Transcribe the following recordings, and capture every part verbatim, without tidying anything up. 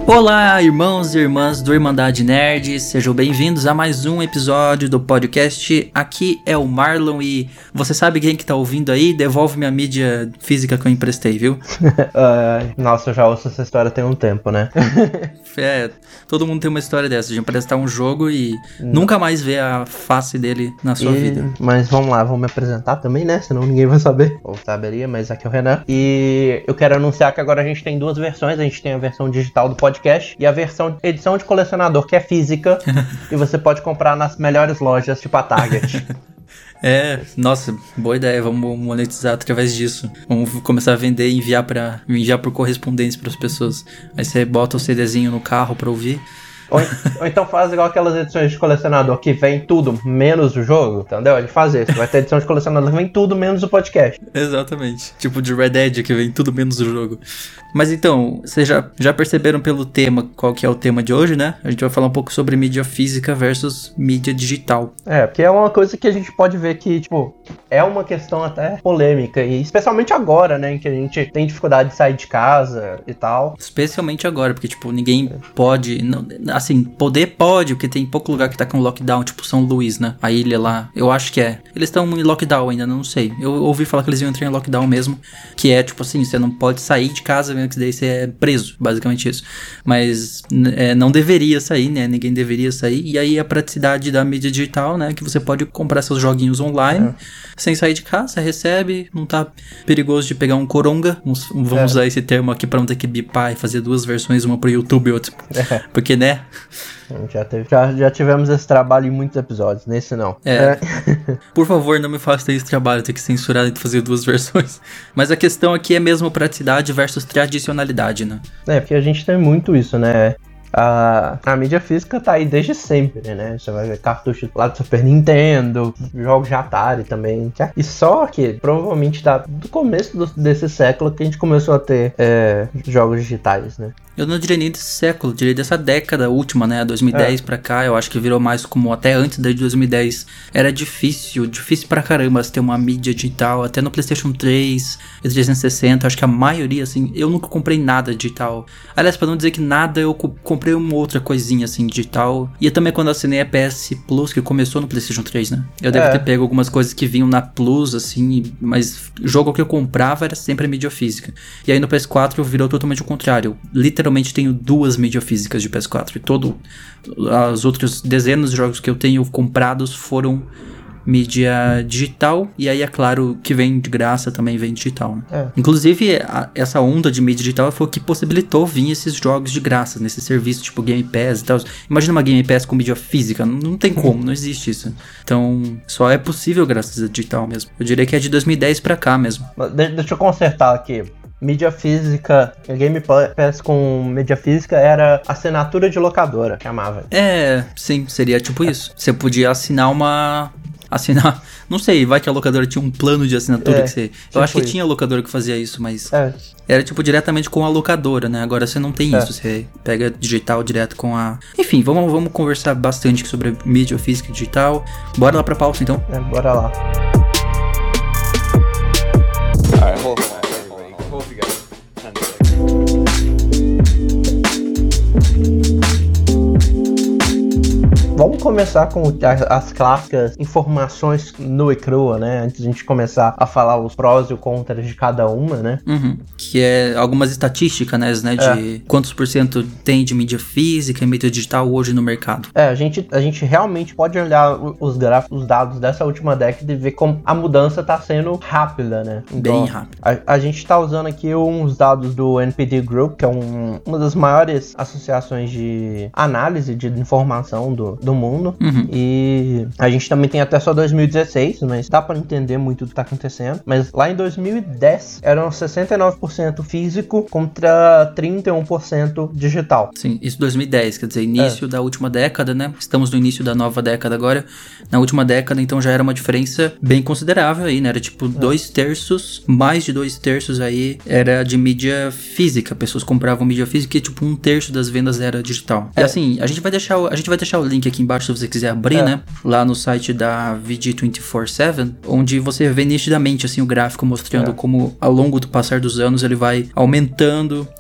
Olá, irmãos e irmãs do Irmandade Nerd, sejam bem-vindos a mais um episódio do podcast. Aqui é o Marlon e você sabe quem que tá ouvindo aí? Devolve minha mídia física que eu emprestei, viu? uh, nossa, eu já ouço essa história tem um tempo, né? É, todo mundo tem uma história dessa, de emprestar um jogo e Não. nunca mais ver a face dele na sua e, vida. Mas vamos lá, vamos me apresentar também, né? Senão ninguém vai saber. Ou saberia, mas aqui é o Renan. E eu quero anunciar que agora a gente tem duas versões. A gente tem a versão digital do podcast e a versão edição de colecionador, que é física. E você pode comprar nas melhores lojas, tipo a Target. É, nossa, boa ideia, vamos monetizar através disso. Vamos começar a vender e enviar, pra, enviar por correspondência para as pessoas. Aí você bota o CDzinho no carro para ouvir. Ou, ou então faz igual aquelas edições de colecionador que vem tudo menos o jogo, entendeu? A gente faz isso, vai ter edição de colecionador que vem tudo menos o podcast. Exatamente, tipo de Red Dead que vem tudo menos o jogo. Mas então, vocês já, já perceberam pelo tema qual que é o tema de hoje, né? A gente vai falar um pouco sobre mídia física versus mídia digital. É, porque é uma coisa que a gente pode ver que, tipo, é uma questão até polêmica, e especialmente agora, né, em que a gente tem dificuldade de sair de casa e tal. Especialmente agora, porque, tipo, ninguém pode... Não, assim, poder pode, porque tem pouco lugar que tá com lockdown, tipo São Luís, né? A ilha lá, eu acho que é. Eles estão em lockdown ainda, não sei. Eu ouvi falar que eles iam entrar em lockdown mesmo, que é, tipo assim, você não pode sair de casa, que daí você é preso, basicamente isso. Mas é, não deveria sair, né? Ninguém deveria sair. E aí a praticidade da mídia digital, né? Que você pode comprar seus joguinhos online, é. sem sair de casa, recebe, não tá perigoso de pegar um coronga. Vamos é. usar esse termo aqui pra não ter que bipar e fazer duas versões, uma pro YouTube e outra. É. Porque, né? Já, teve, já, já tivemos esse trabalho em muitos episódios, nesse não. É. é. Por favor, não me faça esse trabalho, ter que censurar e fazer duas versões. Mas a questão aqui é mesmo praticidade versus tradicionalidade, né? É, porque a gente tem muito isso, né? A, a mídia física tá aí desde sempre, né? Você vai ver cartuchos lá do Super Nintendo, jogos de Atari também. E só que provavelmente tá do começo do, desse século que a gente começou a ter é, jogos digitais, né? Eu não diria nem desse século, diria dessa década última, né? dois mil e dez é. pra cá, eu acho que virou mais como até antes de dois mil e dez. Era difícil, difícil pra caramba ter uma mídia digital, até no PlayStation três e trezentos e sessenta, acho que a maioria, assim, eu nunca comprei nada digital. Aliás, pra não dizer que nada, eu comprei uma outra coisinha, assim, digital. E também quando eu assinei a P S Plus, que começou no PlayStation três, né? Eu devo é. ter pego algumas coisas que vinham na Plus, assim, mas o jogo que eu comprava era sempre a mídia física. E aí no P S quatro virou totalmente o contrário. Literalmente tenho duas mídias físicas de P S quatro e todo as outras dezenas de jogos que eu tenho comprados foram mídia digital, e aí é claro que vem de graça também vem digital, né? É. Inclusive a, essa onda de mídia digital foi o que possibilitou vir esses jogos de graça nesse serviço tipo Game Pass e tal. Imagina uma Game Pass com mídia física, não, não tem como, não existe isso. Então só é possível graças a digital mesmo. Eu diria que é de dois mil e dez pra cá mesmo. Deixa eu consertar aqui. Mídia física, Game Pass com mídia física era assinatura de locadora, chamava. É, sim, seria tipo isso. Você podia assinar uma... Assinar... Não sei, vai que a locadora tinha um plano de assinatura é, que você... Eu tipo acho que isso. Tinha locadora que fazia isso, mas... É. Era tipo diretamente com a locadora, né? Agora você não tem é. isso, você pega digital direto com a... Enfim, vamos, vamos conversar bastante sobre mídia física e digital. Bora lá pra pausa, então? É, bora lá. Alright, hold on. Vamos começar com as clássicas informações nua e crua, né? Antes de a gente começar a falar os prós e os contras de cada uma, né? Uhum. Que é algumas estatísticas, né? De é. quantos por cento tem de mídia física e mídia digital hoje no mercado. É, a gente, a gente realmente pode olhar os gráficos, os dados dessa última década e ver como a mudança tá sendo rápida, né? Então, bem rápida. A, a gente tá usando aqui uns dados do N P D Group, que é um, uma das maiores associações de análise de informação do, do mundo. Uhum. E a gente também tem até só dois mil e dezesseis, mas dá pra entender muito o que tá acontecendo. Mas lá em dois mil e dez eram sessenta e nove por cento físico contra trinta e um por cento digital. Sim, isso dois mil e dez, quer dizer, início é. da última década, né? Estamos no início da nova década agora. Na última década, então, já era uma diferença bem considerável aí, né? Era tipo é. dois terços, mais de dois terços aí era de mídia física. Pessoas compravam mídia física e tipo um terço das vendas era digital. É. E assim, a gente vai deixar, a gente vai deixar o link aqui embaixo se você quiser abrir, é. né? Lá no site da V G vinte e quatro sete, onde você vê nitidamente assim o gráfico mostrando é. como ao longo do passar dos anos ele vai aumentando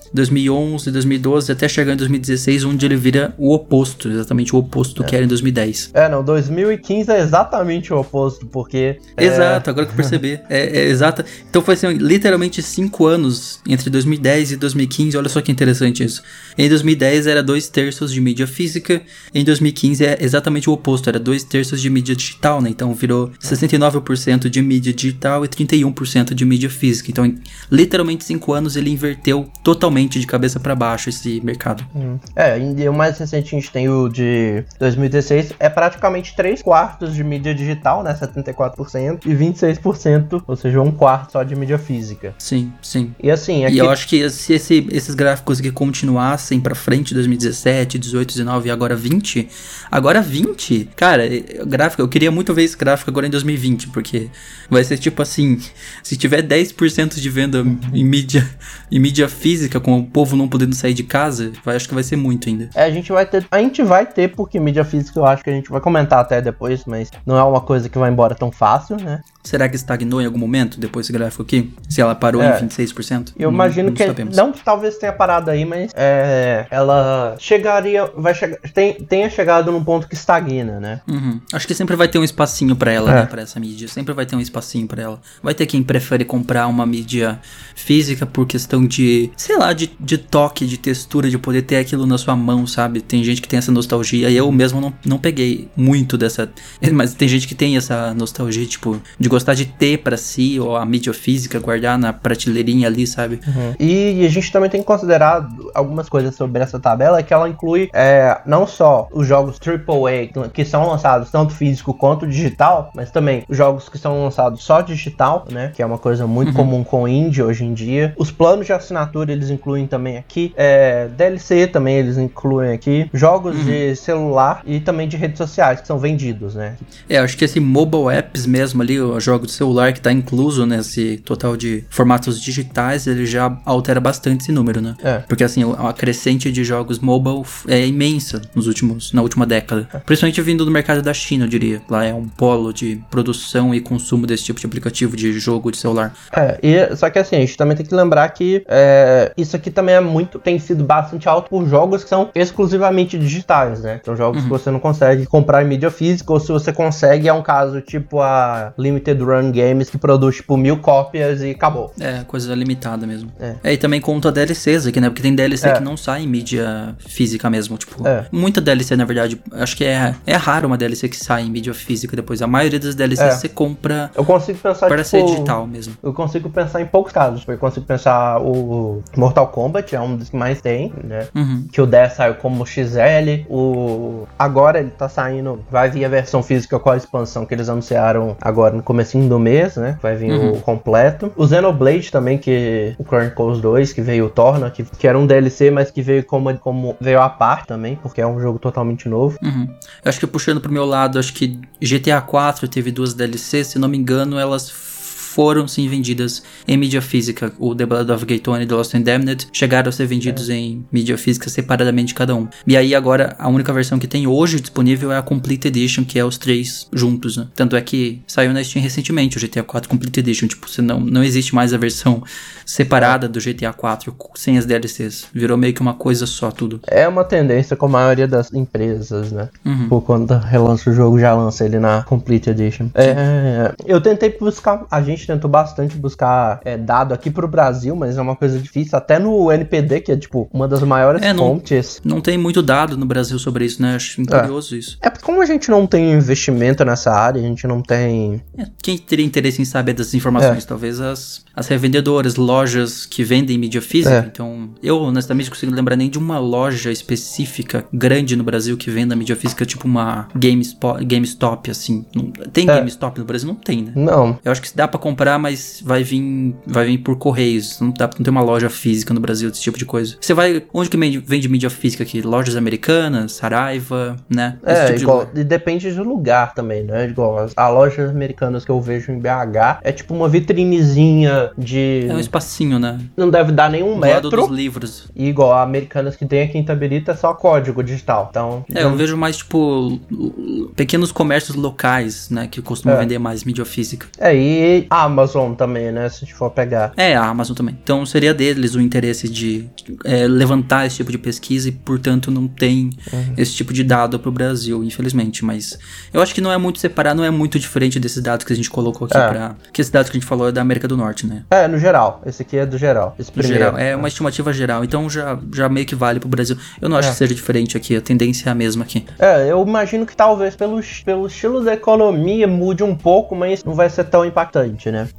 dois mil e onze, dois mil e doze, até chegar em dois mil e dezesseis, onde ele vira o oposto, exatamente o oposto do é. que era em dois mil e dez. É, não, dois mil e quinze é exatamente o oposto, porque... Exato, é... agora que eu percebi. é, é exato. Então foi assim, literalmente cinco anos entre dois mil e dez e dois mil e quinze, olha só que interessante isso. Em dois mil e dez era dois terços de mídia física, em dois mil e quinze é exatamente o oposto, era dois terços de mídia digital, né? Então virou sessenta e nove por cento de mídia digital e trinta e um por cento de mídia física. Então, em literalmente cinco anos ele inverteu totalmente de cabeça para baixo esse mercado. Hum. É, e o mais recente a gente tem o de dois mil e dezesseis, é praticamente três quartos de mídia digital, né? setenta e quatro por cento e vinte e seis por cento, ou seja, um quarto só de mídia física. Sim, sim. E assim, aqui... E eu acho que se esse, esses gráficos aqui continuassem pra frente, dois mil e dezessete, dezoito, dezenove e agora vinte, agora vinte, cara, gráfico, eu queria muito ver esse gráfico agora em dois mil e vinte, porque vai ser tipo assim, se tiver dez por cento de venda em mídia, em mídia física, com o povo não podendo sair de casa, vai, acho que vai ser muito ainda. É, a gente vai ter, a gente vai ter, porque mídia física eu acho que a gente vai comentar até depois, mas não é uma coisa que vai embora tão fácil, né? Será que estagnou em algum momento depois desse gráfico aqui? Se ela parou é, em vinte e seis por cento? Eu não, imagino não que sabemos. Não, talvez tenha parado aí, mas é, ela chegaria, vai chegar, tem, tenha chegado num ponto que estagna, né? Uhum. Acho que sempre vai ter um espacinho pra ela, é. né, pra essa mídia. Sempre vai ter um espacinho pra ela. Vai ter quem prefere comprar uma mídia física por questão de, sei lá, de, de toque, de textura, de poder ter aquilo na sua mão, sabe? Tem gente que tem essa nostalgia. Eu mesmo não, não peguei muito dessa, mas tem gente que tem essa nostalgia, tipo, de gostar de ter pra si, ou a mídia física, guardar na prateleirinha ali, sabe? Uhum. E a gente também tem que considerar algumas coisas sobre essa tabela, que ela inclui é, não só os jogos triplo A que são lançados tanto físico quanto digital, mas também os jogos que são lançados só digital, né? Que é uma coisa muito uhum. comum com indie hoje em dia. Os planos de assinatura eles incluem também aqui. É, D L C também eles incluem aqui. Jogos uhum. de celular e também de redes sociais que são vendidos, né? É, acho que esse mobile apps mesmo ali, o jogo de celular que tá incluso nesse total de formatos digitais, ele já altera bastante esse número, né? É. Porque assim, a crescente de jogos mobile é imensa nos últimos, na última década. É. Principalmente vindo do mercado da China, eu diria. Lá é um polo de produção e consumo desse tipo de aplicativo de jogo de celular. É, e, só que assim, a gente também tem que lembrar que é, isso aqui também é muito, tem sido bastante alto por jogos que são exclusivamente digitais, né? São jogos uhum. que você não consegue comprar em mídia física, ou se você consegue, é um caso tipo a Limited Run Games, que produz tipo mil cópias e acabou. É, coisa limitada mesmo. É, é e também conta D L Cs aqui, né? Porque tem D L C é. que não sai em mídia física mesmo, tipo, é. muita D L C, na verdade, acho que é, é raro uma D L C que sai em mídia física depois. A maioria das D L Cs é. você compra eu consigo pensar, para tipo, ser digital mesmo. Eu consigo pensar em poucos casos. Eu consigo pensar o Mortal Kombat, é um dos que mais tem, né? Uhum. Que o dez saiu como X L, o... agora ele tá saindo, vai vir a versão física com a expansão que eles anunciaram agora no comecinho do mês, né? Vai vir uhum. o completo. O Xenoblade também, que o Chronicles dois, que veio o Torna, que, que era um D L C, mas que veio como, como veio à parte também, porque é um jogo totalmente novo. Uhum. Eu acho que puxando pro meu lado, acho que G T A quatro teve duas D L Cs, se não me engano, elas foram sim vendidas em mídia física. O The Blood of Gaytone e The Lost Indemnity chegaram a ser vendidos é. em mídia física separadamente cada um. E aí agora a única versão que tem hoje disponível é a Complete Edition, que é os três juntos, né? Tanto é que saiu na Steam recentemente o G T A quatro Complete Edition. Tipo, você não, não existe mais a versão separada é. do G T A quatro sem as D L Cs. Virou meio que uma coisa só tudo. É uma tendência com a maioria das empresas, né? Uhum. Por quando relança o jogo, já lança ele na Complete Edition. É, eu tentei buscar, a gente tentou bastante buscar é, dado aqui pro Brasil, mas é uma coisa difícil, até no N P D, que é tipo uma das maiores é, fontes. Não, não tem muito dado no Brasil sobre isso, né? Acho curioso é. isso. É porque como a gente não tem investimento nessa área, a gente não tem... É, quem teria interesse em saber dessas informações? É. Talvez as, as revendedoras, lojas que vendem mídia física. É. Então, eu honestamente não consigo lembrar nem de uma loja específica grande no Brasil que venda mídia física, tipo uma GameSpot, GameStop, assim. Não, tem é. GameStop no Brasil? Não tem, né? Não. Eu acho que dá pra comprar, mas vai vir, vai vir por correios. Não, dá, não tem uma loja física no Brasil desse tipo de coisa. Você vai... Onde que vende mídia física aqui? Lojas americanas, Saraiva, né? Esse é, tipo igual... De... E depende do lugar também, né? Igual as, as lojas americanas que eu vejo em B H é tipo uma vitrinezinha de... É um espacinho, né? Não deve dar nenhum do metro. Do lado dos livros. E igual a americanas que tem aqui em Itabirita é só código digital. Então... É, eu vejo mais, tipo, pequenos comércios locais, né? Que costumam é. vender mais mídia física. É, e a a Amazon também, né? Se a gente for pegar. É, a Amazon também. Então seria deles o interesse de é, levantar esse tipo de pesquisa e, portanto, não tem uhum. esse tipo de dado pro Brasil, infelizmente. Mas eu acho que não é muito separado, não é muito diferente desses dados que a gente colocou aqui. É. Pra... Que esses dados que a gente falou é da América do Norte, né? É, no geral. Esse aqui é do geral. Esse primeiro. Geral. É uma estimativa geral. Então já, já meio que vale pro Brasil. Eu não acho é. que seja diferente aqui. A tendência é a mesma aqui. É, eu imagino que talvez pelo, pelo estilo da economia mude um pouco, mas não vai ser tão impactante, né?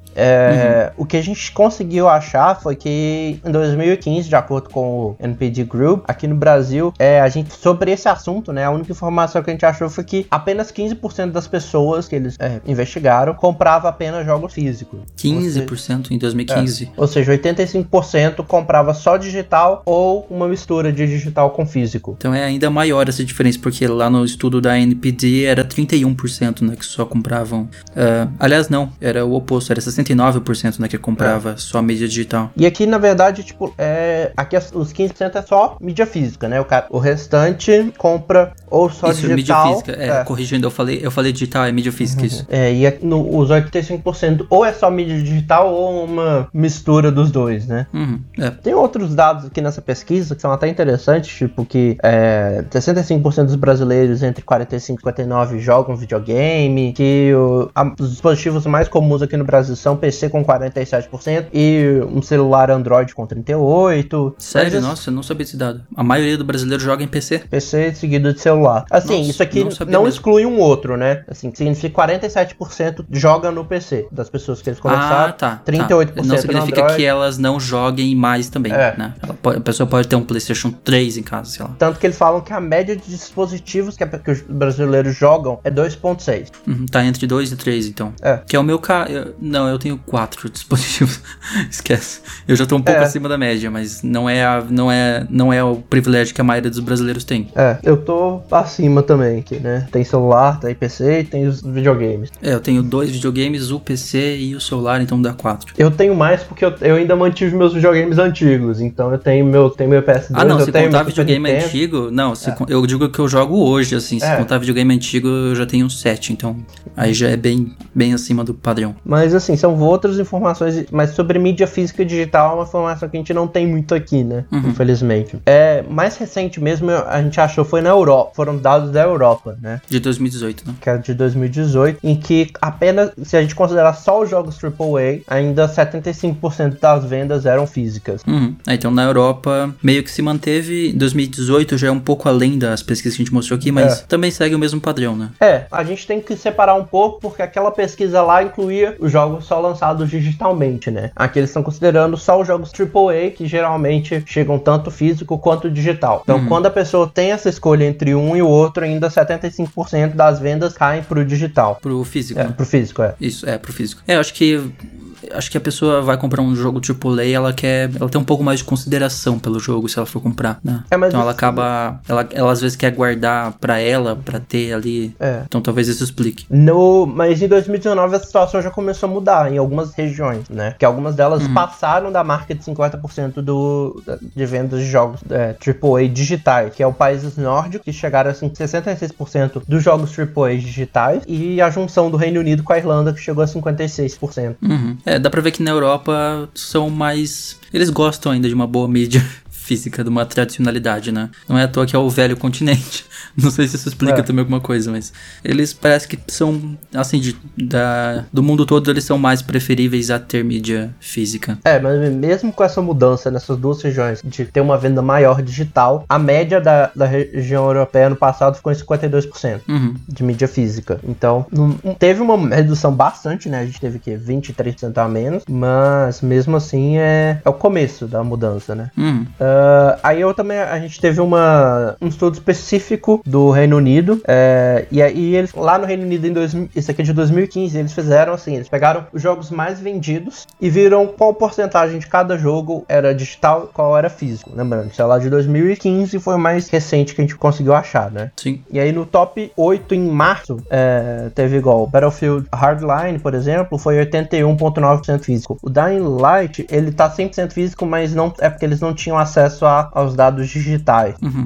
É, uhum. O que a gente conseguiu achar foi que em dois mil e quinze, de acordo com o N P D Group, aqui no Brasil, é, a gente, sobre esse assunto, né, a única informação que a gente achou foi que apenas quinze por cento das pessoas que eles é, investigaram comprava apenas jogos físicos. quinze por cento seja, em dois mil e quinze? É, ou seja, oitenta e cinco por cento comprava só digital ou uma mistura de digital com físico. Então é ainda maior essa diferença, porque lá no estudo da N P D era trinta e um por cento, né, que só compravam. Uh, aliás, não, era o oposto, era sessenta e nove por cento, né, que comprava é. só mídia digital. E aqui, na verdade, tipo, é, aqui os quinze por cento é só mídia física, né? O, cara, o restante compra ou só isso, digital. Mídia física. É, é. Corrigindo, eu falei, eu falei digital, é mídia física, uhum. isso. É, e no, os oitenta e cinco por cento ou é só mídia digital ou uma mistura dos dois, né? Uhum, é. Tem outros dados aqui nessa pesquisa que são até interessantes, tipo que é, sessenta e cinco por cento dos brasileiros entre quarenta e cinco e cinquenta e nove jogam videogame, que o, a, os dispositivos mais comuns aqui no Brasil são P C com quarenta e sete por cento e um celular Android com trinta e oito por cento. Sério? Mas, nossa, eu não sabia desse dado. A maioria do brasileiro joga em P C? P C seguido de celular. Assim, nossa, isso aqui não, não exclui um outro, né? Assim, significa que quarenta e sete por cento joga no P C das pessoas que eles conversaram. Ah, tá. trinta e oito por cento tá. Não significa que elas não joguem mais também, é. né? Pode, a pessoa pode ter um PlayStation três em casa, sei lá. Tanto que eles falam que a média de dispositivos que, a, que os brasileiros jogam é dois ponto seis. Uhum, tá entre dois e três, então. É. Que é o meu caso. Não, eu tenho quatro dispositivos. Esquece. Eu já tô um pouco é. acima da média, mas não é, a, não, é, não é o privilégio que a maioria dos brasileiros tem. É, eu tô acima também aqui, né? Tem celular, tem P C e tem os videogames. É, eu tenho dois videogames, o P C e o celular, então dá quatro. Eu tenho mais porque eu, eu ainda mantive meus videogames antigos, então eu tenho meu, tenho meu P S dois, ah, não, eu se tenho contar videogame antigo, não, se, é. eu digo que eu jogo hoje, assim, se é. contar videogame antigo eu já tenho sete, então aí já é bem, bem acima do padrão. Mas assim, são outras informações, mas sobre mídia física e digital é uma informação que a gente não tem muito aqui, né? Uhum. Infelizmente. É, mais recente mesmo, a gente achou, foi na Europa, foram dados da Europa, né? De dois mil e dezoito, né? Que é de dois mil e dezoito, em que apenas, se a gente considerar só os jogos triplo A, ainda setenta e cinco por cento das vendas eram físicas. Uhum. É, então na Europa meio que se manteve, em dois mil e dezoito já é um pouco além das pesquisas que a gente mostrou aqui, mas é. também segue o mesmo padrão, né? É, a gente tem que separar um pouco, porque aquela pesquisa lá incluía os jogos só lançados digitalmente, né? Aqui eles estão considerando só os jogos triplo A, que geralmente chegam tanto físico quanto digital. Então, uhum. quando a pessoa tem essa escolha entre um e o outro, ainda setenta e cinco por cento das vendas caem pro digital. Pro físico. É, né? pro físico, é. Isso, é, pro físico. É, eu acho que acho que a pessoa vai comprar um jogo triplo A, ela quer, ela tem um pouco mais de consideração pelo jogo se ela for comprar, né? É, mas então ela acaba, ela, ela às vezes quer guardar pra ela, pra ter ali. É. Então talvez isso explique. No, mas em dois mil e dezenove a situação já começou a mudar em algumas regiões, né? Que algumas delas uhum. passaram da marca de cinquenta por cento do, de vendas de jogos é, triplo A digitais, que é o países nórdicos, que chegaram assim, sessenta e seis por cento dos jogos triplo A digitais, e a junção do Reino Unido com a Irlanda, que chegou a cinquenta e seis por cento. Uhum. É, dá pra ver que na Europa são mais... Eles gostam ainda de uma boa mídia física, de uma tradicionalidade, né? Não é à toa que é o velho continente. Não sei se isso explica é. também alguma coisa, mas eles parece que são, assim, de, da, do mundo todo, eles são mais preferíveis a ter mídia física. É, mas mesmo com essa mudança nessas duas regiões, de ter uma venda maior digital, a média da, da região europeia no passado ficou em cinquenta e dois por cento uhum. de mídia física. Então, não, teve uma redução bastante, né? A gente teve que vinte e três por cento a menos, mas mesmo assim é, é o começo da mudança, né? Uhum. Uh, aí eu também, a gente teve uma, um estudo específico do Reino Unido, é, e aí eles, lá no Reino Unido, em dois mil, isso aqui é de dois mil e quinze, eles fizeram assim, eles pegaram os jogos mais vendidos e viram qual porcentagem de cada jogo era digital e qual era físico. Lembrando, sei lá, de dois mil e quinze foi o mais recente que a gente conseguiu achar, né? Sim. E aí no top oito em março, é, teve igual, Battlefield Hardline, por exemplo, foi oitenta e um vírgula nove por cento físico. O Dying Light, ele tá cem por cento físico, mas não, é porque eles não tinham acesso a, aos dados digitais. Uhum.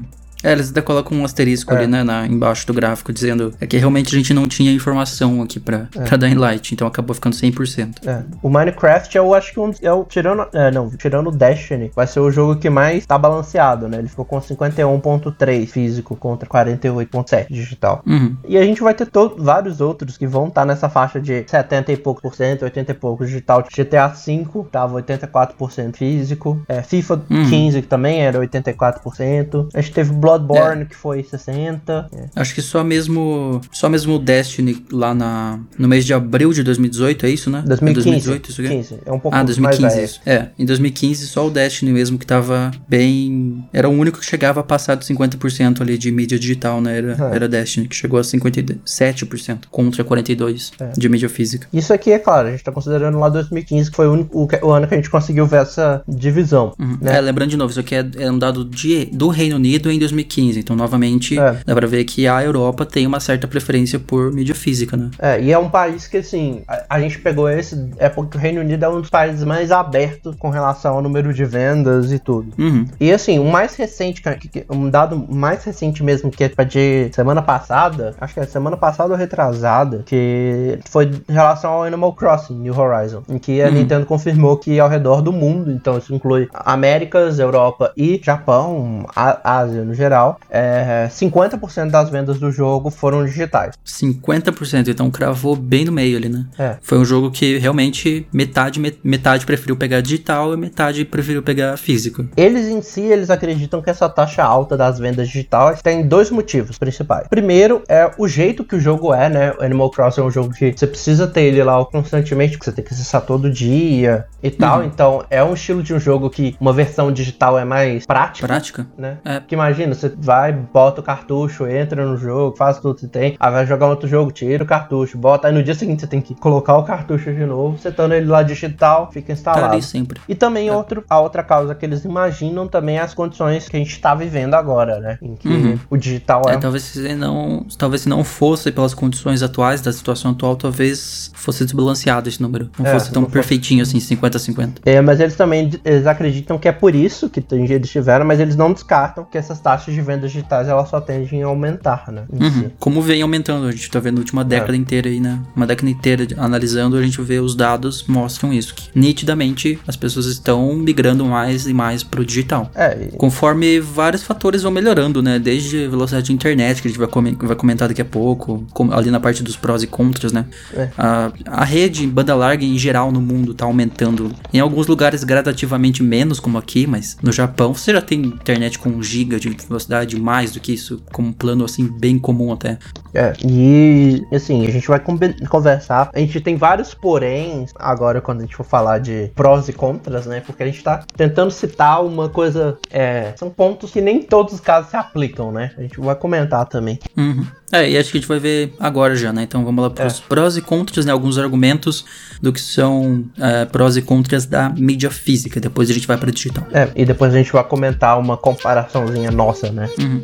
É, eles ainda colocam um asterisco É. ali, né, na, embaixo do gráfico, dizendo é que realmente a gente não tinha informação aqui pra, É. pra Dying Light, então acabou ficando cem por cento. É. O Minecraft, eu acho que um, é o, tirando, é, não, tirando o Destiny, vai ser o jogo que mais tá balanceado, né? Ele ficou com cinquenta e um ponto três físico contra quarenta e oito ponto sete digital. Uhum. E a gente vai ter to- vários outros que vão estar nessa faixa de setenta e poucos por cento, oitenta e poucos digital. G T A cinco tava oitenta e quatro por cento físico. É, FIFA Uhum. quinze, que também era oitenta e quatro por cento. A gente teve Bloodborne, que foi sessenta por cento. É. Acho que só mesmo só mesmo o Destiny lá na, no mês de abril de dois mil e dezoito, é isso, né? dois mil e quinze. É dois mil e dezoito, isso aqui? quinze, é um pouco Ah, mais dois mil e quinze, velho. isso. É, em dois mil e quinze só o Destiny mesmo que tava bem... Era o único que chegava a passar de cinquenta por cento ali de mídia digital, né? Era, É. era Destiny, que chegou a cinquenta e sete por cento contra quarenta e dois por cento É. de mídia física. Isso aqui, é claro, a gente tá considerando lá dois mil e quinze, que foi o, único, o, que- o ano que a gente conseguiu ver essa divisão. Uhum. Né? É, lembrando de novo, isso aqui é, é um dado de, do Reino Unido em dois mil e quinze, então novamente É. dá pra ver que a Europa tem uma certa preferência por mídia física, né? É, e é um país que, assim, a, a gente pegou esse, é porque o Reino Unido é um dos países mais abertos com relação ao número de vendas e tudo. Uhum. E, assim, o mais recente, que- que- um dado mais recente mesmo, que é tipo, de semana passada, acho que é semana passada ou retrasada, que foi em relação ao Animal Crossing New Horizon, em que a Uhum. Nintendo confirmou que ao redor do mundo, então isso inclui Américas, Europa e Japão, a Ásia no geral, é, cinquenta por cento das vendas do jogo foram digitais. cinquenta por cento, então cravou bem no meio ali, né? É. Foi um jogo que realmente metade, met- metade preferiu pegar digital e metade preferiu pegar físico. Eles em si, eles acreditam que essa taxa alta das vendas digitais tem dois motivos principais. Primeiro é o jeito que o jogo é, né? O Animal Crossing é um jogo que você precisa ter ele lá constantemente, porque você tem que acessar todo dia e tal. Uhum. Então é um estilo de um jogo que uma versão digital é mais prática. Prática? Né? É. Porque imagina, você vai, bota o cartucho, entra no jogo, faz tudo que você tem, aí vai jogar outro jogo, tira o cartucho, bota, aí no dia seguinte você tem que colocar o cartucho de novo, setando ele lá digital, fica Tá instalado. ali sempre. E também É. outro, a outra causa que eles imaginam também é as condições que a gente tá vivendo agora, né? Em que Uhum. o digital é... É, talvez se não, talvez se não fosse pelas condições atuais da situação atual, talvez fosse desbalanceado esse número. Não É, fosse tão não fosse- perfeitinho assim, cinquenta a cinquenta. É, mas eles também eles acreditam que é por isso que tem- eles tiveram, mas eles não descartam que essas taxas de vendas digitais elas só tendem a aumentar, né? em Uhum. si. Como vem aumentando, a gente tá vendo a última década É. inteira aí, né? Uma década inteira de- analisando, a gente vê os dados mostram isso, que nitidamente as pessoas estão migrando mais e mais pro digital. É, e- Conforme vários fatores vão melhorando, né? Desde a velocidade de internet, que a gente vai, come- vai comentar daqui a pouco, com- ali na parte dos prós e contras, né? É. A, a rede banda larga em geral no mundo tá aumentando. Em alguns lugares gradativamente menos, como aqui, mas no Japão você já tem internet com um giga de velocidade, mais do que isso, como um plano assim bem comum até. É, e assim, a gente vai combi- conversar. A gente tem vários poréns agora quando a gente for falar de prós e contras, né? Porque a gente tá tentando citar uma coisa. É, são pontos que nem em todos os casos se aplicam, né? A gente vai comentar também. Uhum. É, e acho que a gente vai ver agora já, né? Então vamos lá para os É. prós e contras, né? Alguns argumentos do que são é, prós e contras da mídia física. Depois a gente vai para digital. É, e depois a gente vai comentar uma comparaçãozinha nossa, né? Uhum.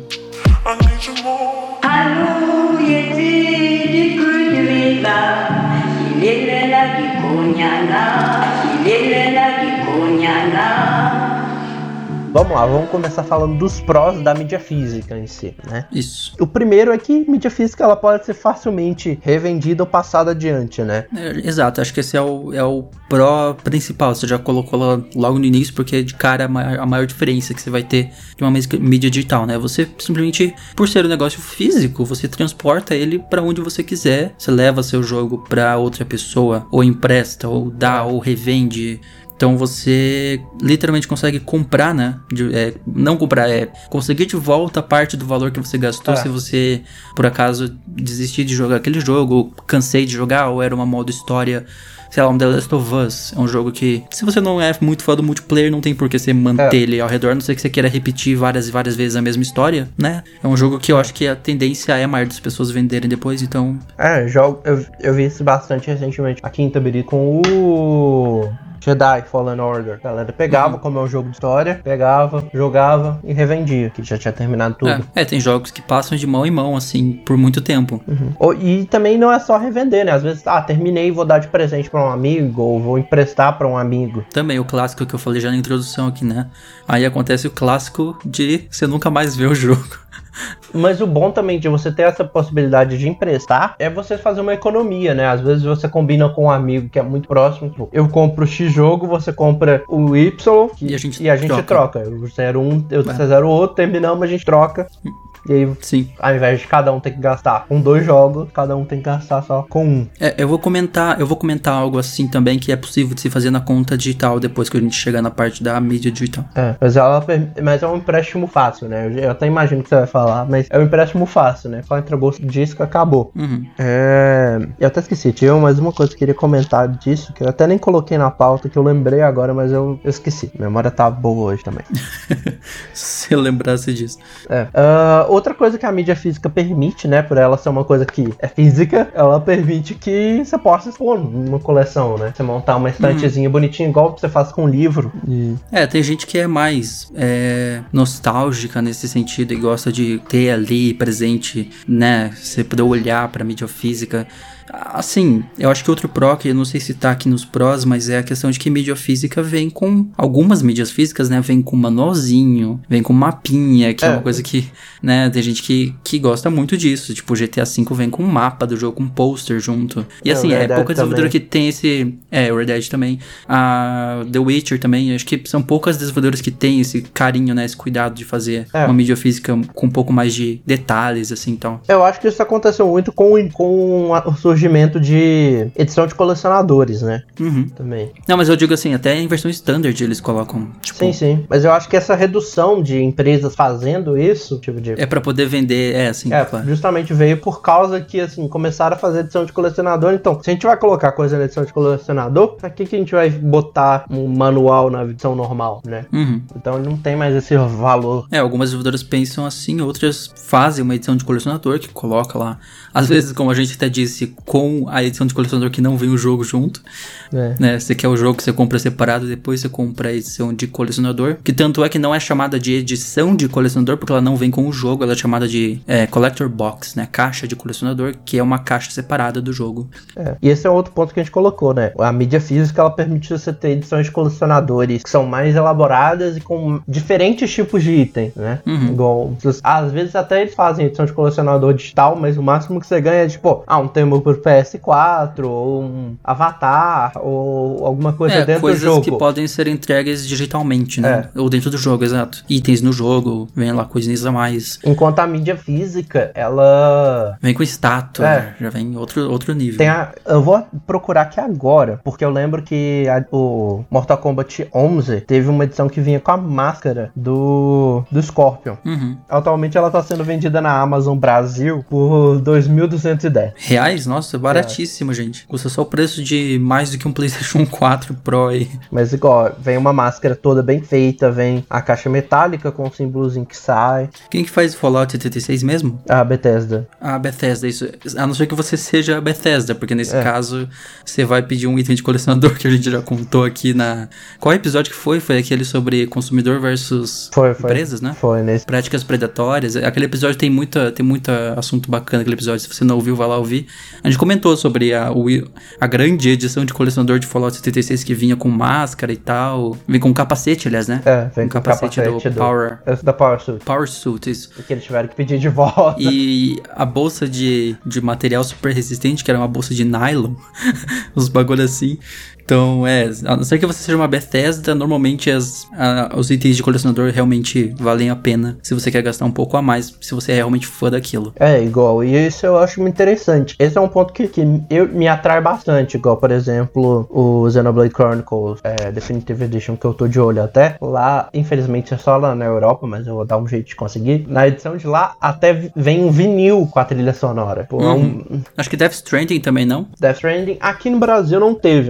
Vamos lá, vamos começar falando dos prós da mídia física em si, né? Isso. O primeiro é que mídia física ela pode ser facilmente revendida ou passada adiante, né? É, exato, acho que esse é o, é o pró principal. Você já colocou lá logo no início, porque de cara a maior, a maior diferença que você vai ter de uma mídia- mídia digital, né? Você simplesmente, por ser um negócio físico, você transporta ele pra onde você quiser. Você leva seu jogo pra outra pessoa, ou empresta, ou dá, ou revende. Então você literalmente consegue comprar, né? De- é, não comprar, é conseguir de volta parte do valor que você gastou É. se você, por acaso, desistir de jogar aquele jogo, ou cansei de jogar, ou era uma modo história, sei lá, um The Last of Us. É um jogo que, se você não é muito fã do multiplayer, não tem por que você manter É. ele ao redor, a não ser que você queira repetir várias e várias vezes a mesma história, né? É um jogo que eu acho que a tendência é a maioria das pessoas venderem depois, então... É, jogo, eu, eu vi isso bastante recentemente aqui em Itabiri com o Jedi Fallen Order. A galera pegava, Uhum. como é um jogo de história, pegava, jogava e revendia, que já tinha terminado tudo. É, é, tem jogos que passam de mão em mão, assim, por muito tempo. Uhum. E também não é só revender, né? Às vezes, ah, terminei e vou dar de presente pra um amigo, ou vou emprestar pra um amigo. Também o clássico que eu falei já na introdução aqui, né? Aí acontece o clássico de você nunca mais ver o jogo. Mas o bom também de você ter essa possibilidade de emprestar é você fazer uma economia, né? Às vezes você combina com um amigo que é muito próximo. Eu compro X jogo, você compra o Y que, E a gente e a gente troca. troca. Eu zero um, eu é. zero outro, terminamos, a gente troca. E aí, sim, ao invés de cada um ter que gastar com dois jogos, cada um tem que gastar só com um. É, eu vou comentar, eu vou comentar algo assim também que é possível de se fazer na conta digital depois que a gente chegar na parte da mídia digital. É, mas, ela, mas é um empréstimo fácil, né? Eu, eu até imagino o que você vai falar, mas é um empréstimo fácil, né? Só entregou o disco, acabou. Uhum. É, eu até esqueci, tinha mais uma coisa que eu queria comentar disso, que eu até nem coloquei na pauta, que eu lembrei agora, mas eu, eu esqueci. Minha memória tá boa hoje também. Se eu lembrasse disso. É. Uh, outra coisa que a mídia física permite, né, por ela ser uma coisa que é física, ela permite que você possa expor numa coleção, né? Você montar uma estantezinha uhum. bonitinha, igual você faz com um livro. E... É, tem gente que é mais é, nostálgica nesse sentido e gosta de ter ali presente, né? Você poder olhar pra mídia física. Assim, eu acho que outro pró, que eu não sei se tá aqui nos prós, mas é a questão de que mídia física vem com... Algumas mídias físicas, né, vem com manualzinho, vem com mapinha, que é, é uma coisa que, né, tem gente que, que gosta muito disso. Tipo, o G T A cinco vem com um mapa do jogo, com um pôster junto. E é, assim, é pouca desenvolvedora que tem esse... É, o Red Dead também. A The Witcher também, acho que são poucas desenvolvedoras que tem esse carinho, né, esse cuidado de fazer é. uma mídia física com um pouco mais de detalhes, assim, então. Eu acho que isso aconteceu muito com, com o surgimento de edição de colecionadores, né? Uhum. Também. Não, mas eu digo assim, até em versão standard eles colocam, tipo... Sim, sim. Mas eu acho que essa redução de empresas fazendo isso, tipo de... É pra poder vender, é, assim, É, claro. Justamente veio por causa que, assim, começaram a fazer edição de colecionador. Então, se a gente vai colocar coisa na edição de colecionador, pra que que a gente vai botar um manual na edição normal, né? Uhum. Então, não tem mais esse valor. É, algumas desenvolvedoras pensam assim, outras fazem uma edição de colecionador que coloca lá. Às vezes, como a gente até disse, com a edição de colecionador que não vem o jogo junto. É. Né? Você quer o jogo que você compra separado, depois você compra a edição de colecionador. Que tanto é que não é chamada de edição de colecionador, porque ela não vem com o jogo, ela é chamada de é, Collector Box, né? Caixa de colecionador, que é uma caixa separada do jogo. É. E esse é outro ponto que a gente colocou, né? A mídia física, ela permite você ter edições de colecionadores que são mais elaboradas e com diferentes tipos de itens, né? Uhum. Igual, às vezes até eles fazem edição de colecionador digital, mas o máximo que você ganha é tipo, ah, um termo pro P S quatro, ou um avatar, ou alguma coisa é, dentro do jogo. Coisas que podem ser entregues digitalmente, né? É. Ou dentro do jogo, exato. Itens no jogo, vem lá coisinhas a mais. Enquanto a mídia física, ela... Vem com estátua, é. já vem outro, outro nível. Tem a... Eu vou procurar aqui agora, porque eu lembro que a... o Mortal Kombat onze teve uma edição que vinha com a máscara do, do Scorpion. Uhum. Atualmente ela tá sendo vendida na Amazon Brasil por dois mil duzentos e dez reais? Nossa, baratíssimo, é. gente. Custa só o preço de mais do que um PlayStation quatro Pro aí. Mas igual, vem uma máscara toda bem feita, vem a caixa metálica com o símbolozinho que sai. Quem que faz Fallout setenta e seis mesmo? A Bethesda. A Bethesda, isso. A não ser que você seja a Bethesda, porque nesse é. caso você vai pedir um item de colecionador que a gente já contou aqui na... Qual episódio que foi? Foi aquele sobre consumidor versus foi, foi. empresas, né? Foi, nesse. Práticas predatórias. Aquele episódio tem muita, tem muita assunto bacana, aquele episódio. Se você não ouviu, vai lá ouvir. A gente comentou sobre a, o, a grande edição de colecionador de Fallout setenta e seis que vinha com máscara e tal. Vem com capacete, aliás, né? É, vem um com capacete, capacete do, do Power... Da Power Suit. Power Suit, isso. Que eles tiveram que pedir de volta. E a bolsa de, de material super resistente, que era uma bolsa de nylon. Uns bagulho assim. Então, é, a não ser que você seja uma Bethesda, normalmente as, a, os itens de colecionador realmente valem a pena se você quer gastar um pouco a mais, se você é realmente fã daquilo. É, igual, e isso eu acho muito interessante. Esse é um ponto que, que eu, me atrai bastante, igual, por exemplo, o Xenoblade Chronicles é, Definitive Edition, que eu tô de olho até. Lá, infelizmente, é só lá na Europa, mas eu vou dar um jeito de conseguir. Na edição de lá, até vem um vinil com a trilha sonora. Pô, uhum. um... Acho que Death Stranding também, não? Death Stranding, aqui no Brasil não teve, mas lá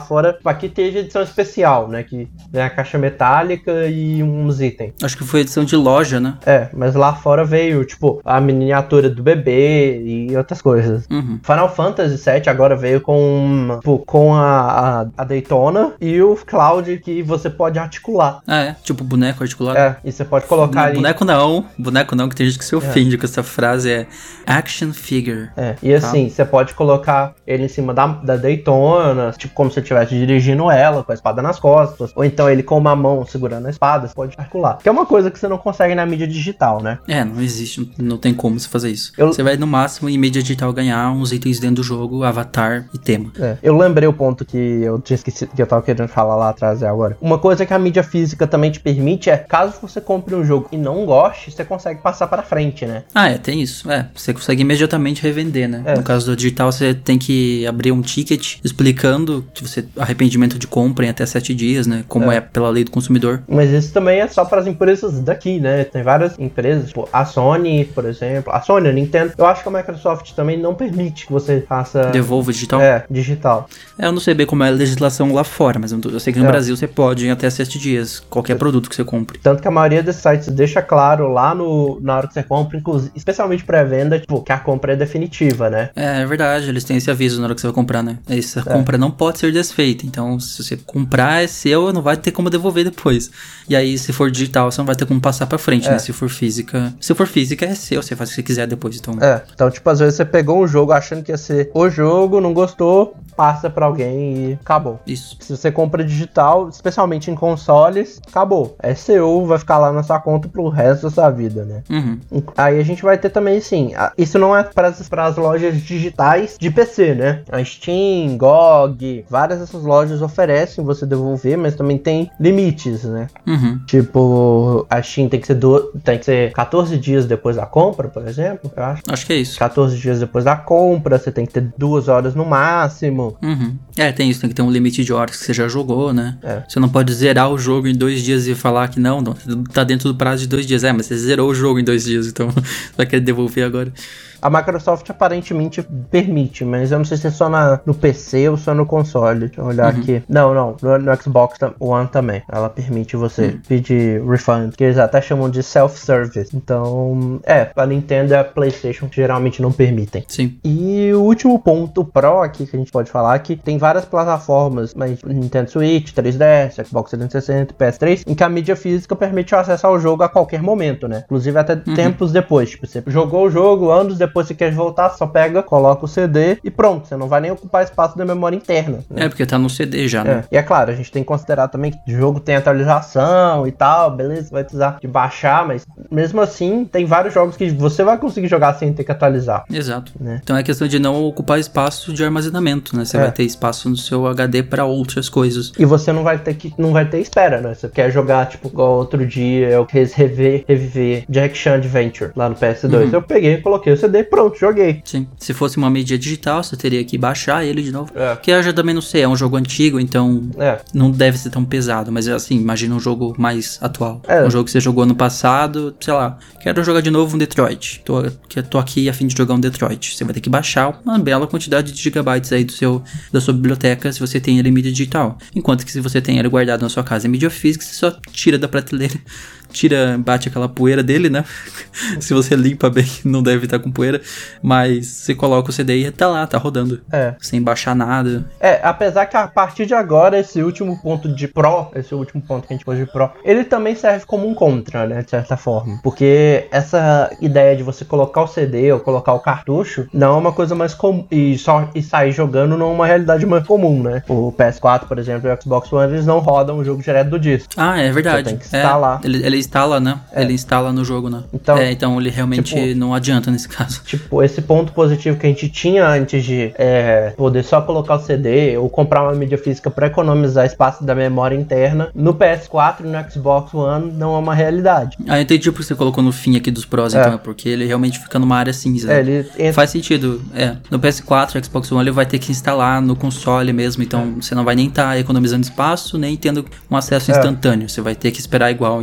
fora, aqui teve edição especial, né? Que vem a caixa metálica e uns itens. Acho que foi edição de loja, né? É, mas lá fora veio, tipo, a miniatura do bebê e outras coisas. Uhum. Final Fantasy sete agora veio com, tipo, com a, a, a Daytona e o Cloud que você pode articular. Ah, é? Tipo boneco articulado? É, e você pode colocar não, ali... Boneco não, boneco não, que tem gente que se ofende é. com essa frase, é action figure. É, e assim, tá? Você pode colocar ele em cima da, da Daytona, tipo como se você estivesse dirigindo ela, com a espada nas costas, ou então ele com uma mão segurando a espada, você pode articular. Que é uma coisa que você não consegue na mídia digital, né? É, não existe, não tem como você fazer isso. Eu... Você vai no máximo em mídia digital ganhar uns itens dentro do jogo, avatar e tema. É, eu lembrei o ponto que eu tinha esquecido, que eu tava querendo falar lá atrás e agora. Uma coisa que a mídia física também te permite é, caso você compre um jogo e não goste, você consegue passar para frente, né? Ah, é, tem isso. É, você consegue imediatamente revender, né? É. No caso do digital, você tem que abrir um ticket explicando que você arrependimento de compra em até sete dias, né? Como é, é pela lei do consumidor. Mas isso também é só para as empresas daqui, né? Tem várias empresas, tipo a Sony, por exemplo. A Sony, a Nintendo. Eu acho que a Microsoft também não permite que você faça... Devolva digital? É, digital. É, eu não sei bem como é a legislação lá fora, mas eu sei que no é. Brasil você pode em até sete dias, qualquer é. produto que você compre. Tanto que a maioria desses sites deixa claro lá no, na hora que você compra, inclusive, especialmente pré-venda, tipo, que a compra é definitiva, né? É, é verdade, eles têm esse aviso na hora que você vai comprar, né? Essa é. compra não pode ser desfeita, então se você comprar é seu, não vai ter como devolver depois. E aí, se for digital, você não vai ter como passar pra frente, é. né? Se for física, se for física é seu, você faz o que você quiser depois, então... É, então tipo, às vezes você pegou um jogo achando que ia ser o jogo, não gostou, passa pra alguém e acabou. Isso. Se você compra digital, especialmente em consoles, acabou. É seu, vai ficar lá na sua conta pro resto da sua vida, né? Uhum. Aí a gente vai ter também, sim, isso não é para as lojas digitais de P C, né? A Steam, G O G, várias dessas lojas oferecem você devolver, mas também tem limites, né? Uhum. Tipo, a Steam tem que ser do, tem que ser catorze dias depois da compra, por exemplo, eu acho. Acho que é isso. catorze dias depois da compra, você tem que ter duas horas no máximo. Uhum. É, tem isso, tem que ter um limite de horas que você já jogou, né? É. Você não pode zerar o jogo em dois dias e falar que não, não, tá dentro do prazo de dois dias. É, mas você zerou o jogo em dois dias, então vai querer devolver agora. A Microsoft aparentemente permite, mas eu não sei se é só na, no P C ou só no console. Deixa eu olhar uhum. aqui. Não, não. No, no Xbox One também. Ela permite você uhum. pedir refund, que eles até chamam de self-service. Então, é, a Nintendo e a PlayStation geralmente não permitem. Sim. E o último ponto Pro aqui que a gente pode falar é que tem várias plataformas, mas Nintendo Switch, três D S, Xbox trezentos e sessenta, P S três, em que a mídia física permite o acesso ao jogo a qualquer momento, né? Inclusive até uhum. tempos depois. Tipo, você jogou o jogo, anos depois depois você quer voltar, só pega, coloca o C D e pronto, você não vai nem ocupar espaço da memória interna, né? É, porque tá no C D já, né? É. E é claro, a gente tem que considerar também que o jogo tem atualização e tal, beleza, vai precisar de baixar, mas mesmo assim, tem vários jogos que você vai conseguir jogar sem ter que atualizar. Exato. Né? Então é questão de não ocupar espaço de armazenamento, né? Você é. vai ter espaço no seu H D para outras coisas. E você não vai ter que não vai ter espera, né? Você quer jogar, tipo, igual outro dia, eu quis rever, reviver Jack Chan Adventure lá no P S dois. Uhum. Eu peguei, coloquei o C D, pronto, joguei. Sim. Se fosse uma mídia digital, você teria que baixar ele de novo. É. Que eu já também não sei, é um jogo antigo, então é. não deve ser tão pesado. Mas assim, imagina um jogo mais atual. É. Um jogo que você jogou ano passado, sei lá, quero jogar de novo um Detroit. Tô, tô aqui a fim de jogar um Detroit. Você vai ter que baixar uma bela quantidade de gigabytes aí do seu, da sua biblioteca se você tem ele em mídia digital. Enquanto que se você tem ele guardado na sua casa em mídia física, você só tira da prateleira. Tira, bate aquela poeira dele, né? Se você limpa bem, não deve estar com poeira. Mas você coloca o C D e tá lá, tá rodando. É. Sem baixar nada. É, apesar que a partir de agora, esse último ponto de Pro, esse último ponto que a gente pôs de Pro, ele também serve como um contra, né? De certa forma. Porque essa ideia de você colocar o C D ou colocar o cartucho não é uma coisa mais comum. E, só, e sair jogando não é uma realidade mais comum, né? O P S quatro, por exemplo, e o Xbox One, eles não rodam o jogo direto do disco. Ah, é verdade. Você tem que instalar. É, ele, ele instala, né? É. Ele instala no jogo, né? Então, é, então ele realmente tipo, não adianta nesse caso. Tipo, esse ponto positivo que a gente tinha antes de é, poder só colocar o C D ou comprar uma mídia física para economizar espaço da memória interna, no P S quatro e no Xbox One não é uma realidade. Ah, entendi porque você colocou no fim aqui dos pros, é. então, é porque ele realmente fica numa área cinza. É, ele entra... Faz sentido. É, no P S quatro, Xbox One, ele vai ter que instalar no console mesmo, então é. você não vai nem estar tá economizando espaço, nem tendo um acesso instantâneo. É. Você vai ter que esperar igual, então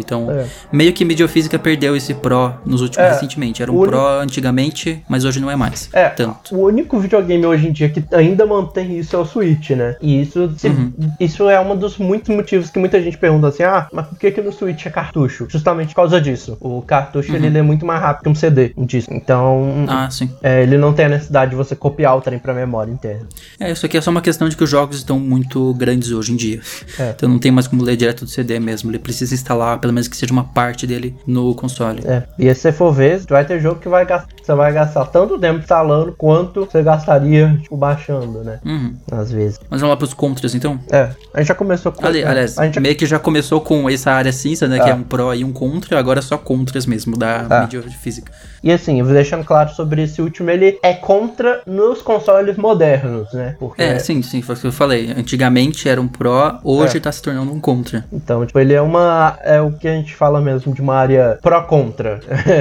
É. Meio que mídia física perdeu esse Pro nos últimos, É, recentemente. Era um o Pro antigamente, mas hoje não é mais. É, Tanto. o único videogame hoje em dia que ainda mantém isso é o Switch, né? E isso, se, Uhum. isso é um dos muitos motivos que muita gente pergunta assim, ah, mas por que que no Switch é cartucho? Justamente por causa disso. O cartucho, Uhum. ele lê muito mais rápido que um C D, um disco. Então, Ah, sim. é, ele não tem a necessidade de você copiar o trem pra memória interna. É, isso aqui é só uma questão de que os jogos estão muito grandes hoje em dia. É. Então não tem mais como ler direto do C D mesmo. Ele precisa instalar, pelo menos que seja uma parte dele no console. É. E se você for ver, vai ter jogo que vai gastar, você vai gastar tanto tempo instalando quanto você gastaria, tipo, baixando, né? Uhum. Às vezes. Mas vamos lá pros contras, então? É, a gente já começou com... Ali, aliás, a gente já... meio que já começou com essa área cinza, né? É. Que é um Pro e um Contra. Agora é só contras mesmo, da É. mídia física. E assim, eu vou deixando claro sobre esse último, ele é contra nos consoles modernos, né? Porque... É, sim, sim, foi o que eu falei. Antigamente era um Pro, hoje É. tá se tornando um Contra. Então, tipo, ele é uma... É o que a gente fala mesmo de uma área pró-contra.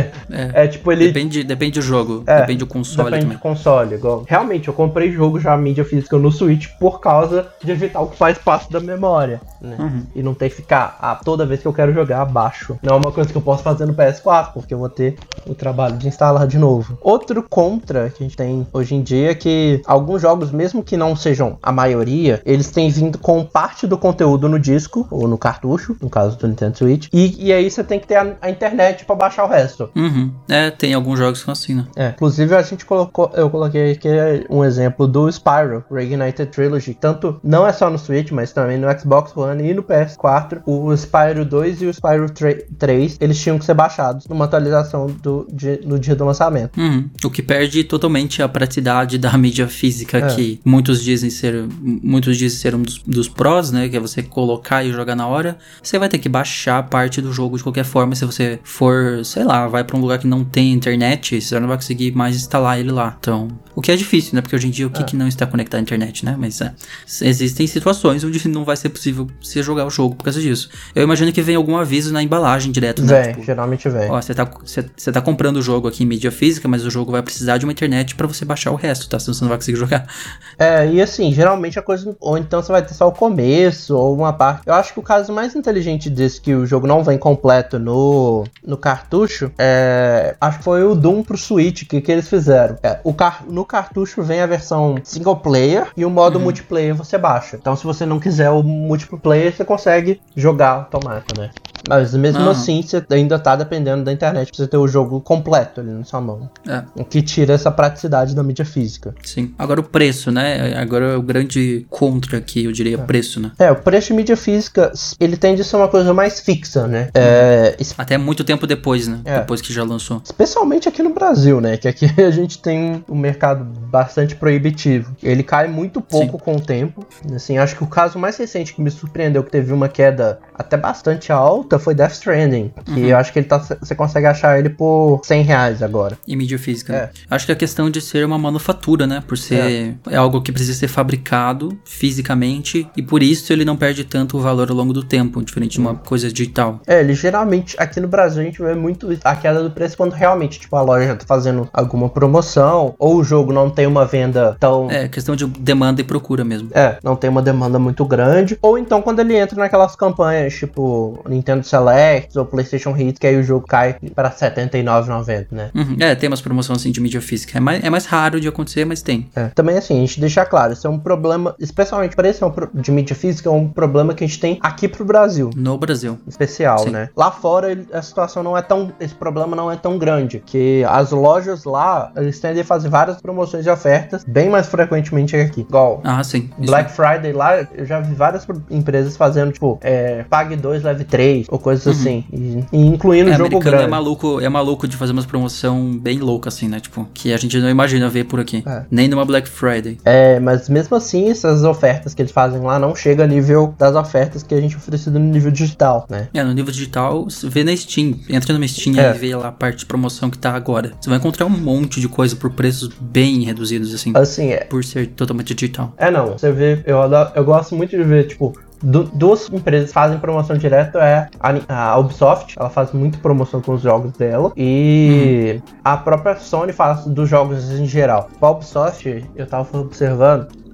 É, É tipo, ele... depende, depende do jogo, É, depende do console Depende também. do console, igual. Realmente, eu comprei jogo já mídia física no Switch por causa de evitar ocupar espaço da memória, né? Uhum. E não ter que ficar, ah, toda vez que eu quero jogar, abaixo. Não é uma coisa que eu posso fazer no P S quatro, porque eu vou ter o trabalho de instalar de novo. Outro contra que a gente tem hoje em dia é que alguns jogos, mesmo que não sejam a maioria, eles têm vindo com parte do conteúdo no disco, ou no cartucho, no caso do Nintendo Switch, e, e aí você tem que ter a, a internet pra baixar o resto. Uhum. É, tem alguns jogos que são assim, né? É, inclusive a gente colocou, eu coloquei aqui um exemplo do Spyro Reignited Trilogy, tanto não é só no Switch, mas também no Xbox One e no P S quatro, o Spyro dois e o Spyro três, eles tinham que ser baixados numa atualização do, de, no dia do lançamento. Uhum. O que perde totalmente a praticidade da mídia física, É. que muitos dizem ser muitos dizem ser um dos, dos prós, né? Que é você colocar e jogar na hora. Você vai ter que baixar parte do jogo de qualquer forma. Se você for, sei lá, vai pra um lugar que não tem internet, você não vai conseguir mais instalar ele lá. Então, o que é difícil, né? Porque hoje em dia o que, É. que não está conectado à internet, né? Mas é, existem situações onde não vai ser possível você jogar o jogo por causa disso. Eu imagino que vem algum aviso na embalagem direto, né? Vem, Tipo, geralmente vem. ó, você tá, você, você tá comprando o jogo aqui em mídia física, mas o jogo vai precisar de uma internet pra você baixar o resto, tá? Senão você não vai conseguir jogar. É, e assim, geralmente a coisa. Ou então você vai ter só o começo, ou uma parte. Eu acho que o caso mais inteligente desse, que o jogo não vem completo no, no cartucho, é. Acho que foi o Doom pro Switch, que, que eles fizeram. É, o car, no cartucho vem a versão single player e o modo Uhum. multiplayer você baixa. Então, se você não quiser o multiplayer, você consegue jogar automático, né? Mas mesmo Ah. assim, você ainda tá dependendo da internet pra você ter o jogo completo ali na sua mão. É, O que tira essa praticidade da mídia física. sim. Agora o preço, né? Agora é o grande contra aqui, eu diria, preço, né? É, o preço de mídia física, ele tende a ser uma coisa mais fixa, né? É, es- Até muito tempo depois, né? É. Depois que já lançou. especialmente aqui no Brasil, né? Que aqui a gente tem um mercado bastante proibitivo. Ele cai muito pouco com o tempo. Assim, acho que o caso mais recente que me surpreendeu, que teve uma queda até bastante alta, foi Death Stranding. Que Uhum. eu acho que ele tá, você consegue achar ele por cem reais agora. E mídia física. É. Né? Acho que a questão de ser uma manufatura, né? Por ser é. algo que precisa ser fabricado fisicamente e por isso ele não perde tanto o valor ao longo do tempo, diferente de uma coisa digital. É, ele geralmente, aqui no Brasil, a gente vê muito a queda do preço quando realmente, tipo, a loja tá fazendo alguma promoção, ou o jogo não tem uma venda tão... É, questão de demanda e procura mesmo. É, não tem uma demanda muito grande. Ou então quando ele entra naquelas campanhas, tipo, Nintendo Select ou PlayStation Hits, que aí o jogo cai para setenta e nove reais e noventa centavos, né? Uhum. É, tem umas promoções assim de mídia física. É mais, é mais raro de acontecer, mas tem. É. Também assim, a gente deixar claro, isso é um problema, especialmente para esse é um pro- de mídia física, é um problema que a gente tem aqui pro Brasil. No Brasil. Especial, Sim. né? Lá fora ele- a situação não é tão, esse problema não é tão grande, que as lojas lá, eles tendem a fazer várias promoções e ofertas bem mais frequentemente que aqui. Igual Ah, sim. Isso. Black Friday lá, eu já vi várias pro- empresas fazendo, tipo, é, pague dois, leve três, ou coisas Uhum. assim, e, e incluindo É, jogo americano grande. é maluco, é maluco de fazer umas promoção bem louca assim, né? Tipo, que a gente não imagina ver por aqui. É. Nem numa Black Friday. É, mas mesmo assim, essas ofertas que eles fazem lá não chegam a nível das ofertas que a gente oferecido no nível digital, né? É, no nível digital, vê na Steam. Entra numa Steam É. e vê lá a parte de promoção que tá agora. Você vai encontrar um monte de coisa por preços bem reduzidos, assim. Assim, é, Por ser totalmente digital. é não, você vê, eu, adoro- eu gosto muito de ver, tipo, du- duas empresas que fazem promoção direto, é a, a Ubisoft, ela faz muito promoção com os jogos dela, e a própria Sony faz dos jogos em geral. A Ubisoft, eu tava observando,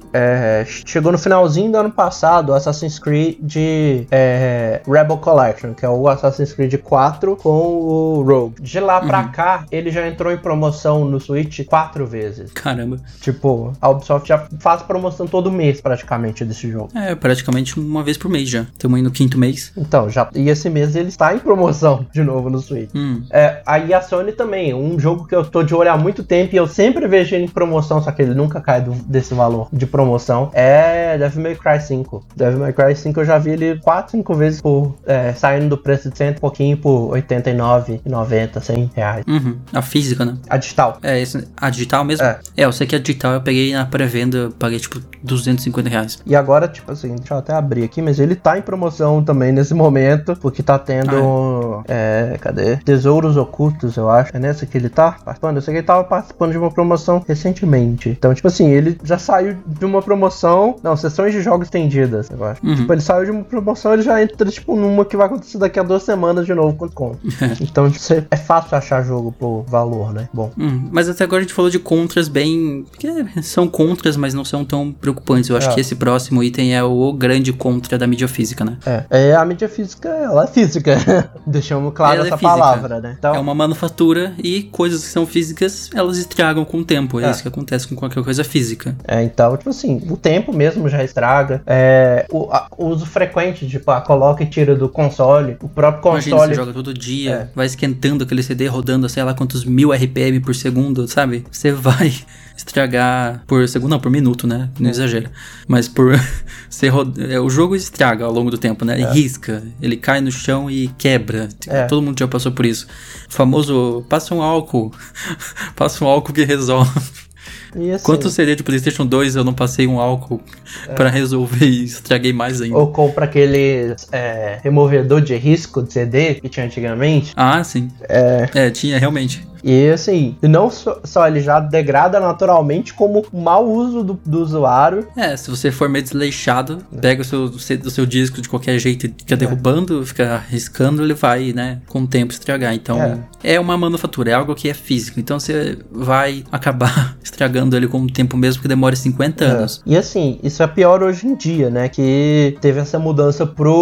É, chegou no finalzinho do ano passado o Assassin's Creed de é, Rebel Collection, que é o Assassin's Creed quatro com o Rogue. De lá pra Uhum. cá, ele já entrou em promoção no Switch quatro vezes. Caramba. Tipo, a Ubisoft já faz promoção todo mês praticamente desse jogo. É, praticamente uma vez por mês já. Estamos aí no quinto mês. Então, já, e esse mês ele está em promoção de novo no Switch. Hum. É, aí a Sony também, um jogo que eu tô de olho há muito tempo e eu sempre vejo ele em promoção, só que ele nunca cai do, desse valor de promoção, é Devil May Cry cinco. Devil May Cry cinco eu já vi ele quatro, cinco vezes por, é, saindo do preço de cem e pouquinho por oitenta e nove reais, noventa, cem reais. Uhum. A física, né? A digital. É, esse, a digital mesmo? É. É, eu sei que a digital eu peguei na pré-venda, paguei tipo duzentos e cinquenta reais. E agora, tipo assim, deixa eu até abrir aqui, mas ele tá em promoção também nesse momento, porque tá tendo, ah, é. É, cadê? Tesouros Ocultos, eu acho. É nessa que ele tá participando? Eu sei que ele tava participando de uma promoção recentemente. Então, tipo assim, ele já saiu de uma promoção, não, sessões de jogos estendidas, eu acho. Uhum. Tipo, ele saiu de uma promoção, ele já entra, tipo, numa que vai acontecer daqui a duas semanas de novo com conta. Então, tipo, é fácil achar jogo por valor, né? Bom. Hum, mas até agora a gente falou de contras bem... Porque são contras, mas não são tão preocupantes. Eu acho é. que esse próximo item é o grande contra da mídia física, né? É, é a mídia física, ela é física. Deixamos claro ela essa é física. palavra, né? Então, é uma manufatura e coisas que são físicas, elas estragam com o tempo. É, é. isso que acontece com qualquer coisa física. É, então, tipo assim, o tempo mesmo já estraga. É, o, a, o uso frequente, tipo, ah, coloca e tira do console. O próprio console... Imagina, você joga todo dia, é. vai esquentando aquele C D, rodando, sei lá, quantos mil R P M por segundo, sabe? Você vai estragar por segundo, não, por minuto, né? Não exagera. Mas por... você roda, o jogo estraga ao longo do tempo, né? É. Risca, ele cai no chão e quebra. É. Todo mundo já passou por isso. O famoso, passa um álcool. Passa um álcool que resolve. Assim, quanto C D de PlayStation dois eu não passei um álcool é. pra resolver e estraguei mais ainda. Ou compra aquele é, removedor de risco de C D que tinha antigamente. Ah, sim. É, é tinha realmente. E assim, não só, só ele já degrada naturalmente, como o mau uso do, do usuário. É, se você for meio desleixado, é. pega o seu, o seu disco de qualquer jeito e fica derrubando, é. fica arriscando, ele vai, né, com o tempo estragar. Então, é. é uma manufatura, é algo que é físico. Então, você vai acabar estragando ele com o tempo mesmo que demore cinquenta é. anos. E assim, isso é pior hoje em dia, né, que teve essa mudança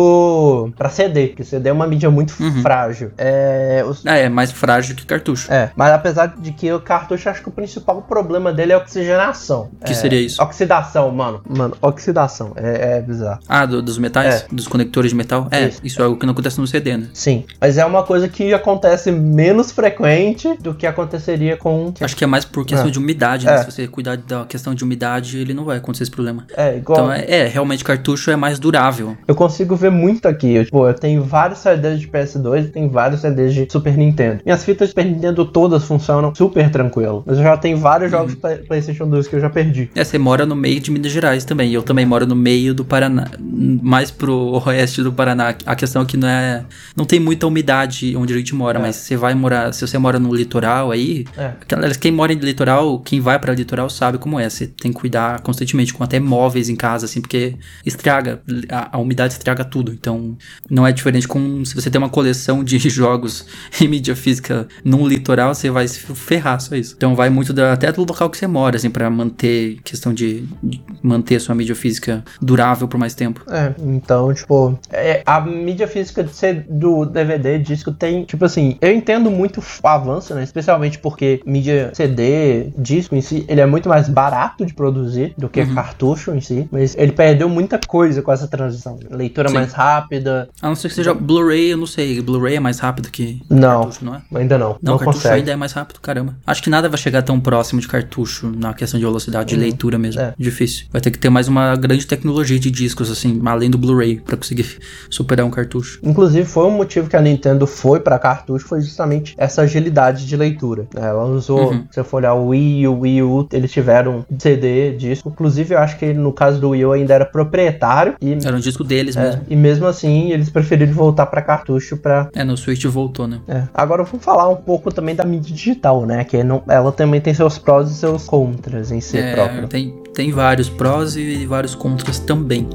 pro pra C D, porque C D é uma mídia muito uhum. frágil. É, os... é, é mais frágil que cartucho. É. Mas apesar de que o cartucho, acho que o principal problema dele é a oxigenação. O que é, seria isso? Oxidação, mano. Mano, oxidação. É, é bizarro. Ah, do, dos metais? É. Dos conectores de metal? É, isso. isso é algo que não acontece no C D, né? Sim. Mas é uma coisa que acontece menos frequente do que aconteceria com... Acho que é mais por questão é. de umidade, né? É. Se você cuidar da questão de umidade, ele não vai acontecer esse problema. É, igual... Então, é, é realmente, cartucho é mais durável. Eu consigo ver muito aqui. Eu, tipo, eu tenho vários C Ds de P S dois e tenho vários C Ds de Super Nintendo. Minhas fitas de Super Nintendo todas funcionam super tranquilo. Mas eu já tenho vários uhum. jogos de play, PlayStation dois que eu já perdi. É, você mora no meio de Minas Gerais também. Eu também moro no meio do Paraná. Mais pro oeste do Paraná. A questão é que não é... Não tem muita umidade onde a gente mora, é. mas você vai morar... Se você mora no litoral aí... É. Quem mora em litoral, quem vai pra litoral sabe como é. Você tem que cuidar constantemente com até móveis em casa, assim, porque estraga. A, a umidade estraga tudo. Então, não é diferente com... Se você tem uma coleção de jogos em mídia física num litoral, você vai se ferrar, só isso. Então vai muito da, até do local que você mora, assim, pra manter, questão de, de manter a sua mídia física durável por mais tempo. É, então, tipo, é, a mídia física de ser do D V D, disco, tem, tipo assim, eu entendo muito o avanço, né, especialmente porque mídia C D, disco em si, ele é muito mais barato de produzir do que uhum. cartucho em si, mas ele perdeu muita coisa com essa transição. Leitura Sim. mais rápida. A não ser que seja Blu-ray, eu não sei, Blu-ray é mais rápido que não, cartucho, não é? Ainda não, não, não cartucho consegue. ainda é mais rápido, caramba. Acho que nada vai chegar tão próximo de cartucho na questão de velocidade de hum, leitura mesmo. É. Difícil. Vai ter que ter mais uma grande tecnologia de discos, assim, além do Blu-ray, pra conseguir superar um cartucho. Inclusive, foi um motivo que a Nintendo foi pra cartucho, foi justamente essa agilidade de leitura. Ela usou, uhum. se eu for olhar o Wii e o Wii U, eles tiveram C D, disco. Inclusive, eu acho que no caso do Wii U ainda era proprietário. E, era um disco deles é, mesmo. E mesmo assim, eles preferiram voltar pra cartucho pra... É, no Switch voltou, né? É. Agora eu vou falar um pouco também da mídia digital, né? Que não, ela também tem seus prós e seus contras em si é, próprio. Tem, tem vários prós e vários contras também.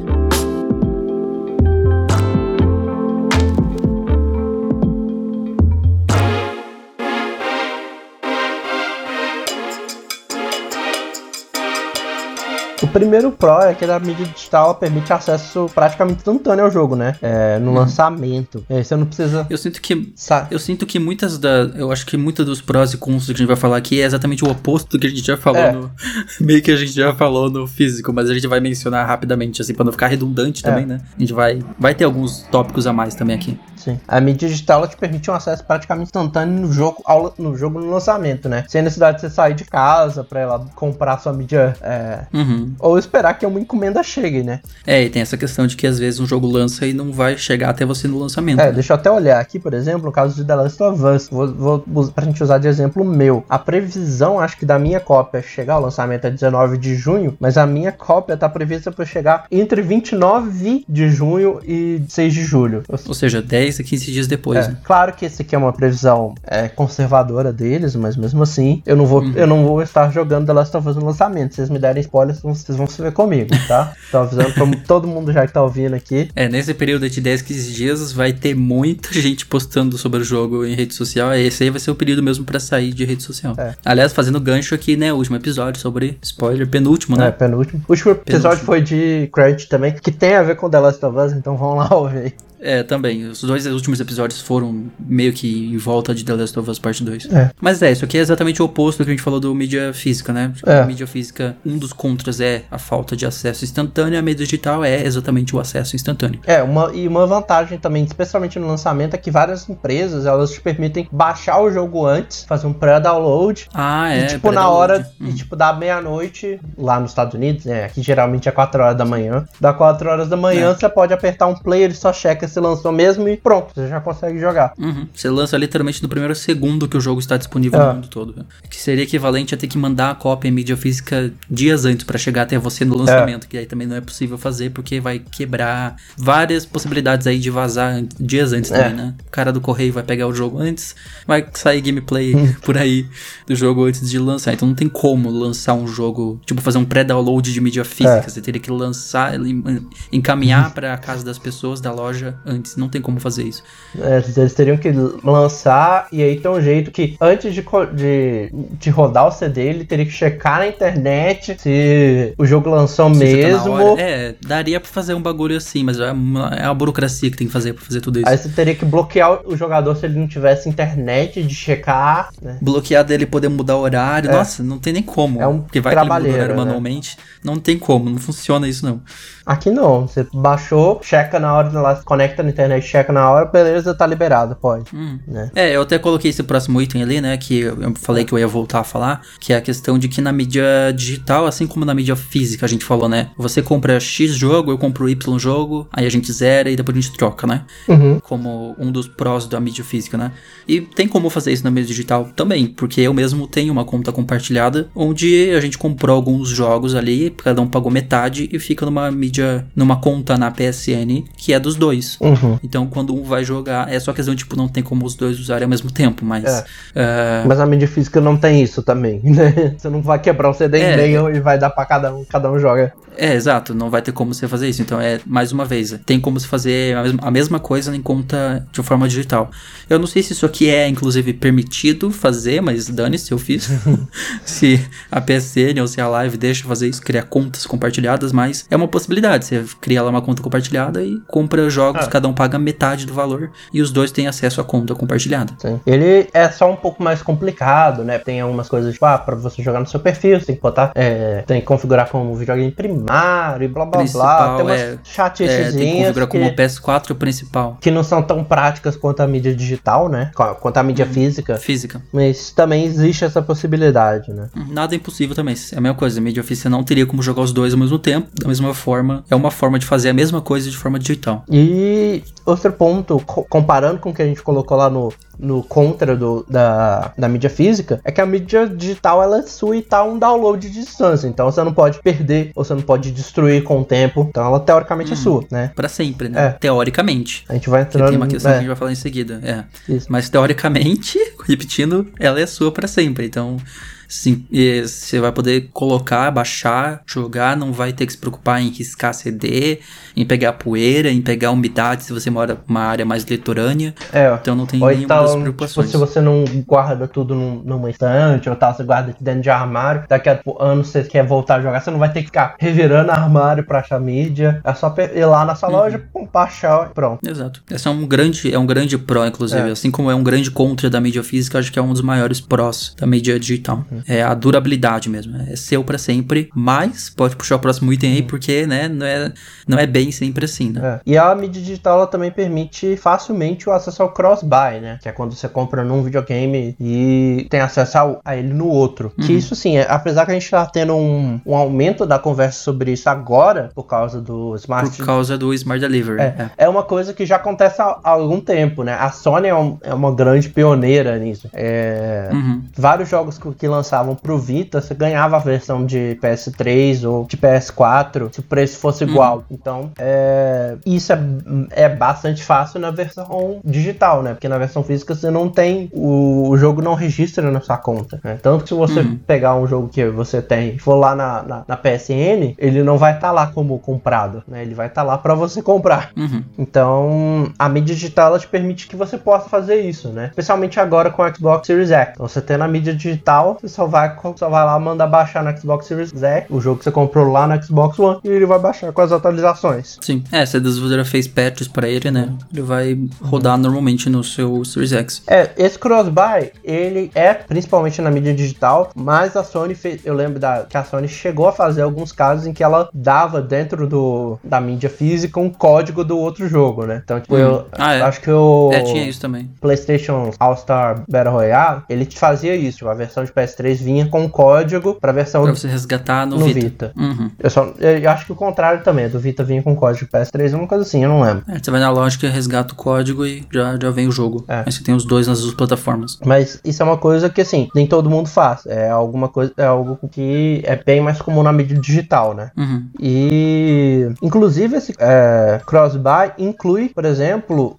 O primeiro pró é que a mídia digital permite acesso praticamente instantâneo ao jogo, né? É, no hum. lançamento. E aí você não precisa... Eu sinto que... Sa- eu sinto que muitas da... Eu acho que muitos dos prós e cons que a gente vai falar aqui é exatamente o oposto do que a gente já falou é. no... Meio que a gente já falou no físico, mas a gente vai mencionar rapidamente, assim, pra não ficar redundante também, é. né? A gente vai... Vai ter alguns tópicos a mais também aqui. Sim. A mídia digital ela te permite um acesso praticamente instantâneo no jogo, ao, no jogo no lançamento, né? Sem necessidade de você sair de casa pra ela comprar sua mídia é, uhum. ou esperar que uma encomenda chegue, né? É, e tem essa questão de que às vezes um jogo lança e não vai chegar até você no lançamento. É, né? deixa eu até olhar aqui, por exemplo, no caso de The Last of Us, vou, vou pra gente usar de exemplo meu. A previsão, acho que da minha cópia chegar ao lançamento é dezenove de junho, mas a minha cópia tá prevista pra chegar entre vinte e nove de junho e seis de julho. Ou seja, dez a quinze dias depois. É, né? Claro que esse aqui é uma previsão é, conservadora deles, mas mesmo assim, eu não vou, uhum. eu não vou estar jogando The Last of Us no lançamento. Se vocês me derem spoilers, vocês vão se ver comigo, tá? Tô avisando pra todo mundo já que tá ouvindo aqui. É, nesse período de dez, quinze dias vai ter muita gente postando sobre o jogo em rede social. Esse aí vai ser o período mesmo pra sair de rede social. É. Aliás, fazendo gancho aqui, né, o último episódio sobre spoiler, penúltimo, né? É, penúltimo. O último episódio penúltimo. Foi de Crunch também, que tem a ver com The Last of Us, então vão lá ouvir. É, também. Os dois últimos episódios foram meio que em volta de The Last of Us Part dois. É. Mas é, isso aqui é exatamente o oposto do que a gente falou do mídia física, né? É. A mídia física, um dos contras é a falta de acesso instantâneo, a mídia digital é exatamente o acesso instantâneo. É, uma, e uma vantagem também, especialmente no lançamento, é que várias empresas, elas te permitem baixar o jogo antes, fazer um pré-download. Ah, é. E tipo, na hora, hum. e tipo, da meia-noite, lá nos Estados Unidos, né? Aqui geralmente é quatro horas da manhã. Da quatro horas da manhã, é. Você pode apertar um play, ele só checa se lançou mesmo e pronto, você já consegue jogar. Uhum. Você lança literalmente no primeiro segundo que o jogo está disponível é. no mundo todo. Né? Que seria equivalente a ter que mandar a cópia em mídia física dias antes para chegar até você no lançamento, é. que aí também não é possível fazer porque vai quebrar várias possibilidades aí de vazar dias antes é. também, né? O cara do correio vai pegar o jogo antes, vai sair gameplay por aí do jogo antes de lançar. Então não tem como lançar um jogo, tipo fazer um pré-download de mídia física. É. Você teria que lançar, encaminhar para a casa das pessoas da loja antes. Não tem como fazer isso. É, eles teriam que lançar e aí tem um jeito que antes de, de, de rodar o C D ele teria que checar na internet se o jogo lançou se mesmo. Tá é, daria pra fazer um bagulho assim, mas é, uma, é a burocracia que tem que fazer pra fazer tudo isso. Aí você teria que bloquear o jogador se ele não tivesse internet de checar, né? Bloquear dele poder mudar o horário. É. Nossa, não tem nem como. É um porque vai que ele muda o horário né? manualmente. Não tem como, não funciona isso não. Aqui não, você baixou, checa na hora, lá, conecta na internet, checa na hora, beleza, tá liberado, pode. Hum. Né? É, eu até coloquei esse próximo item ali, né, que eu falei que eu ia voltar a falar, que é a questão de que na mídia digital, assim como na mídia física, a gente falou, né, você compra X jogo, eu compro Y jogo, aí a gente zera e depois a gente troca, né, uhum. como um dos prós da mídia física, né, e tem como fazer isso na mídia digital também, porque eu mesmo tenho uma conta compartilhada, onde a gente comprou alguns jogos ali, cada um pagou metade e fica numa mídia, numa conta na P S N, que é dos dois. Uhum. Então, quando um vai jogar, é só questão, tipo, não tem como os dois usarem ao mesmo tempo, mas... É. Uh... Mas a mídia física não tem isso também, né? Você não vai quebrar o C D é. em meio e vai dar pra cada um, cada um joga. É, exato, não vai ter como você fazer isso. Então, é, mais uma vez, tem como se fazer a mesma, a mesma coisa em conta de forma digital. Eu não sei se isso aqui é, inclusive, permitido fazer, mas dane-se, eu fiz. Se a P S N ou se a Live deixa fazer isso, criar contas compartilhadas, mas é uma possibilidade. Você cria lá uma conta compartilhada e compra jogos, ah. cada um paga metade do valor e os dois têm acesso à conta compartilhada. Sim. Ele é só um pouco mais complicado, né? Tem algumas coisas, tipo, ah, pra você jogar no seu perfil, você tem que botar, é, tem que configurar como videogame primário e blá blá principal, blá. Tem umas é, chaticezinhas. É, tem que configurar que, como o P S quatro principal. Que não são tão práticas quanto a mídia digital, né? Quanto a mídia hum, física. Física. Mas também existe essa possibilidade, né? Nada é impossível também. É a mesma coisa. A mídia física não teria como jogar os dois ao mesmo tempo. Da mesma forma, é uma forma de fazer a mesma coisa de forma digital. E outro ponto, co- comparando com o que a gente colocou lá no, no contra do, da, da mídia física, é que a mídia digital ela é sua e tá um download de distância. Então você não pode perder ou você não pode destruir com o tempo. Então ela teoricamente hum, é sua, né? Pra sempre, né? É. Teoricamente. A gente vai entrando... Tem uma questão é. que a gente vai falar em seguida. É. Isso. Mas teoricamente, repetindo, ela é sua pra sempre. Então... Sim, e você vai poder colocar, baixar, jogar, não vai ter que se preocupar em riscar C D, em pegar poeira, em pegar umidade se você mora numa área mais litorânea. É, então não tem ou nenhuma então, das tipo, preocupações. se você não guarda tudo num, numa estante ou tal, você guarda aqui dentro de armário, daqui a tipo, anos você quer voltar a jogar, você não vai ter que ficar revirando armário pra achar mídia. É só ir lá nessa Uhum. loja, pum, baixar e pronto. Exato. Esse é um grande, é um grande pró, inclusive. É. Assim como é um grande contra da mídia física, acho que é um dos maiores prós da mídia digital. Uhum. É a durabilidade mesmo. É seu pra sempre, mas pode puxar o próximo item aí, porque, né, não é, não é bem sempre assim, né? É. E a mídia digital, ela também permite facilmente o acesso ao cross-buy, né? Que é quando você compra num videogame e tem acesso ao, a ele no outro. Uhum. Que isso, sim, é, apesar que a gente tá tendo um, um aumento da conversa sobre isso agora, por causa do Smart... Por causa do Smart Delivery. É, é. é uma coisa que já acontece há, há algum tempo, né? A Sony é, um, é uma grande pioneira nisso. É, uhum. Vários jogos que, que lançavam pro Vita, você ganhava a versão de P S três ou de P S quatro, se o preço fosse igual. Uhum. Então, é, isso é, é bastante fácil na versão digital, né? Porque na versão física você não tem, o, o jogo não registra na sua conta, né? Tanto que se você uhum. pegar um jogo que você tem e for lá na, na, na P S N, ele não vai estar tá lá como comprado, né? Ele vai estar tá lá para você comprar. Uhum. Então, a mídia digital, ela te permite que você possa fazer isso, né? Especialmente agora com o Xbox Series X. Então, você tem na mídia digital, você só vai, só vai lá mandar baixar no Xbox Series X, o jogo que você comprou lá no Xbox One, e ele vai baixar com as atualizações. Sim, é, se a desenvolvedora fez patches pra ele, né? Ele vai rodar uhum. normalmente no seu Series X. É, esse cross-buy, ele é principalmente na mídia digital, mas a Sony fez, eu lembro da, que a Sony chegou a fazer alguns casos em que ela dava dentro do, da mídia física um código do outro jogo, né? Então, tipo, hum. eu ah, é. acho que o é, tinha isso também. PlayStation All-Star Battle Royale, ele fazia isso, tipo, a versão de P S três vinha com código pra versão pra você resgatar no, no Vita. Vita. Uhum. Eu, só, eu acho que o contrário também, do Vita vinha com código P S três, uma coisa assim, eu não lembro. É, você vai na lógica, resgata o código e já, já vem o jogo. É. Aí você tem os dois nas duas plataformas. Mas isso é uma coisa que, assim, nem todo mundo faz. É alguma coisa, é algo que é bem mais comum na mídia digital, né? Uhum. E, inclusive, esse é, cross-buy inclui, por exemplo,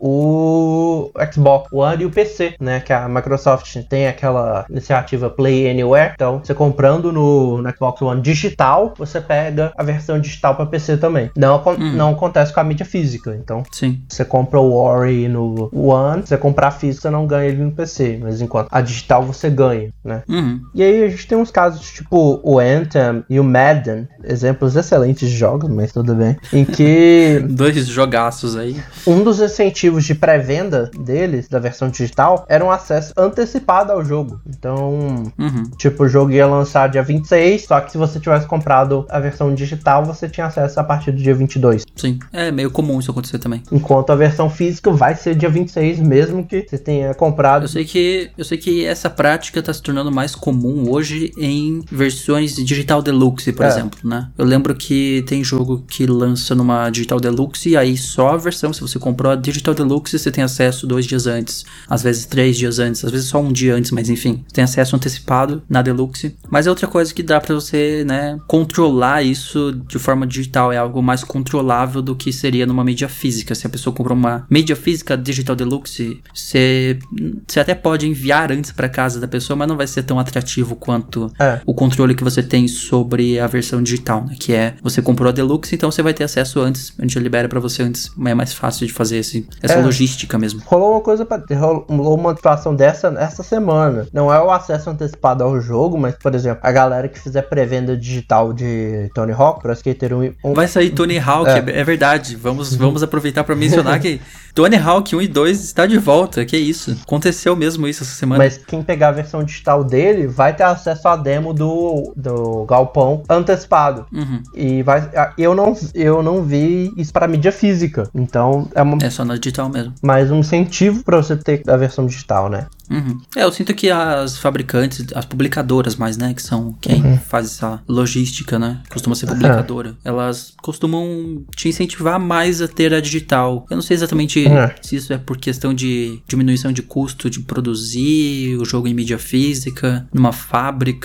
o Xbox One e o P C, né? Que a Microsoft tem aquela iniciativa Play Anywhere. Então, você comprando no, no Xbox One digital, você pega a versão digital para P C também. Não, uhum. não acontece com a mídia física. Então, sim. Você compra o Ori no One, você comprar a física, você não ganha ele no P C. Mas enquanto a digital você ganha, né? Uhum. E aí a gente tem uns casos tipo o Anthem e o Madden, exemplos excelentes de jogos, mas tudo bem, em que dois jogaços aí. Um dos incentivos de pré-venda deles, da versão digital, era um acesso antecipado ao jogo. Então, uhum. tipo, o jogo ia lançar dia vinte e seis, só que se você tivesse comprado a versão digital, você tinha acesso a partir do dia vinte e dois. Sim, é meio comum isso acontecer também. Enquanto a versão física vai ser dia vinte e seis, mesmo que você tenha comprado. Eu sei que, eu sei que essa prática está se tornando mais comum hoje em versões digital deluxe, por é. exemplo, né? Eu lembro que tem jogo que lança numa digital deluxe e aí só a versão, se você comprou a digital deluxe, você tem acesso dois dias antes, às vezes três dias antes, às vezes só um dia antes, mas enfim, você tem acesso antecipado na deluxe. Mas é outra coisa que dá pra você, né, controlar isso de forma digital, é algo mais controlável do que seria numa mídia física. Se a pessoa comprou uma mídia física digital deluxe, você, você até pode enviar antes pra casa da pessoa, mas não vai ser tão atrativo quanto é. o controle que você tem sobre a versão digital, né, que é, você comprou a deluxe, então você vai ter acesso antes, a gente libera pra você antes, é mais fácil de fazer esse, essa é. logística mesmo. Rolou uma coisa, pra, rolou uma situação dessa essa semana, não é o acesso antecipado ao jogo, mas, por exemplo, a galera que fizer pré-venda digital de Tony Hawk, Pro Skater um, um... vai sair Tony Hawk, é, é verdade, vamos, vamos aproveitar pra mencionar que Tony Hawk um e dois está de volta, que isso, aconteceu mesmo isso essa semana. Mas quem pegar a versão digital dele vai ter acesso à demo do, do Galpão antecipado. Uhum. E vai, eu, não, eu não vi isso para mídia física, então é, uma, é só na digital mesmo. Mais um incentivo para você ter a versão digital, né? Uhum. É, eu sinto que as fabricantes, as publicadoras mais, né, que são quem uhum. faz essa logística, né, costuma ser publicadora, uhum. elas costumam te incentivar mais a ter a digital. Eu não sei exatamente uhum. se isso é por questão de diminuição de custo de produzir o jogo em mídia física, numa fábrica, né,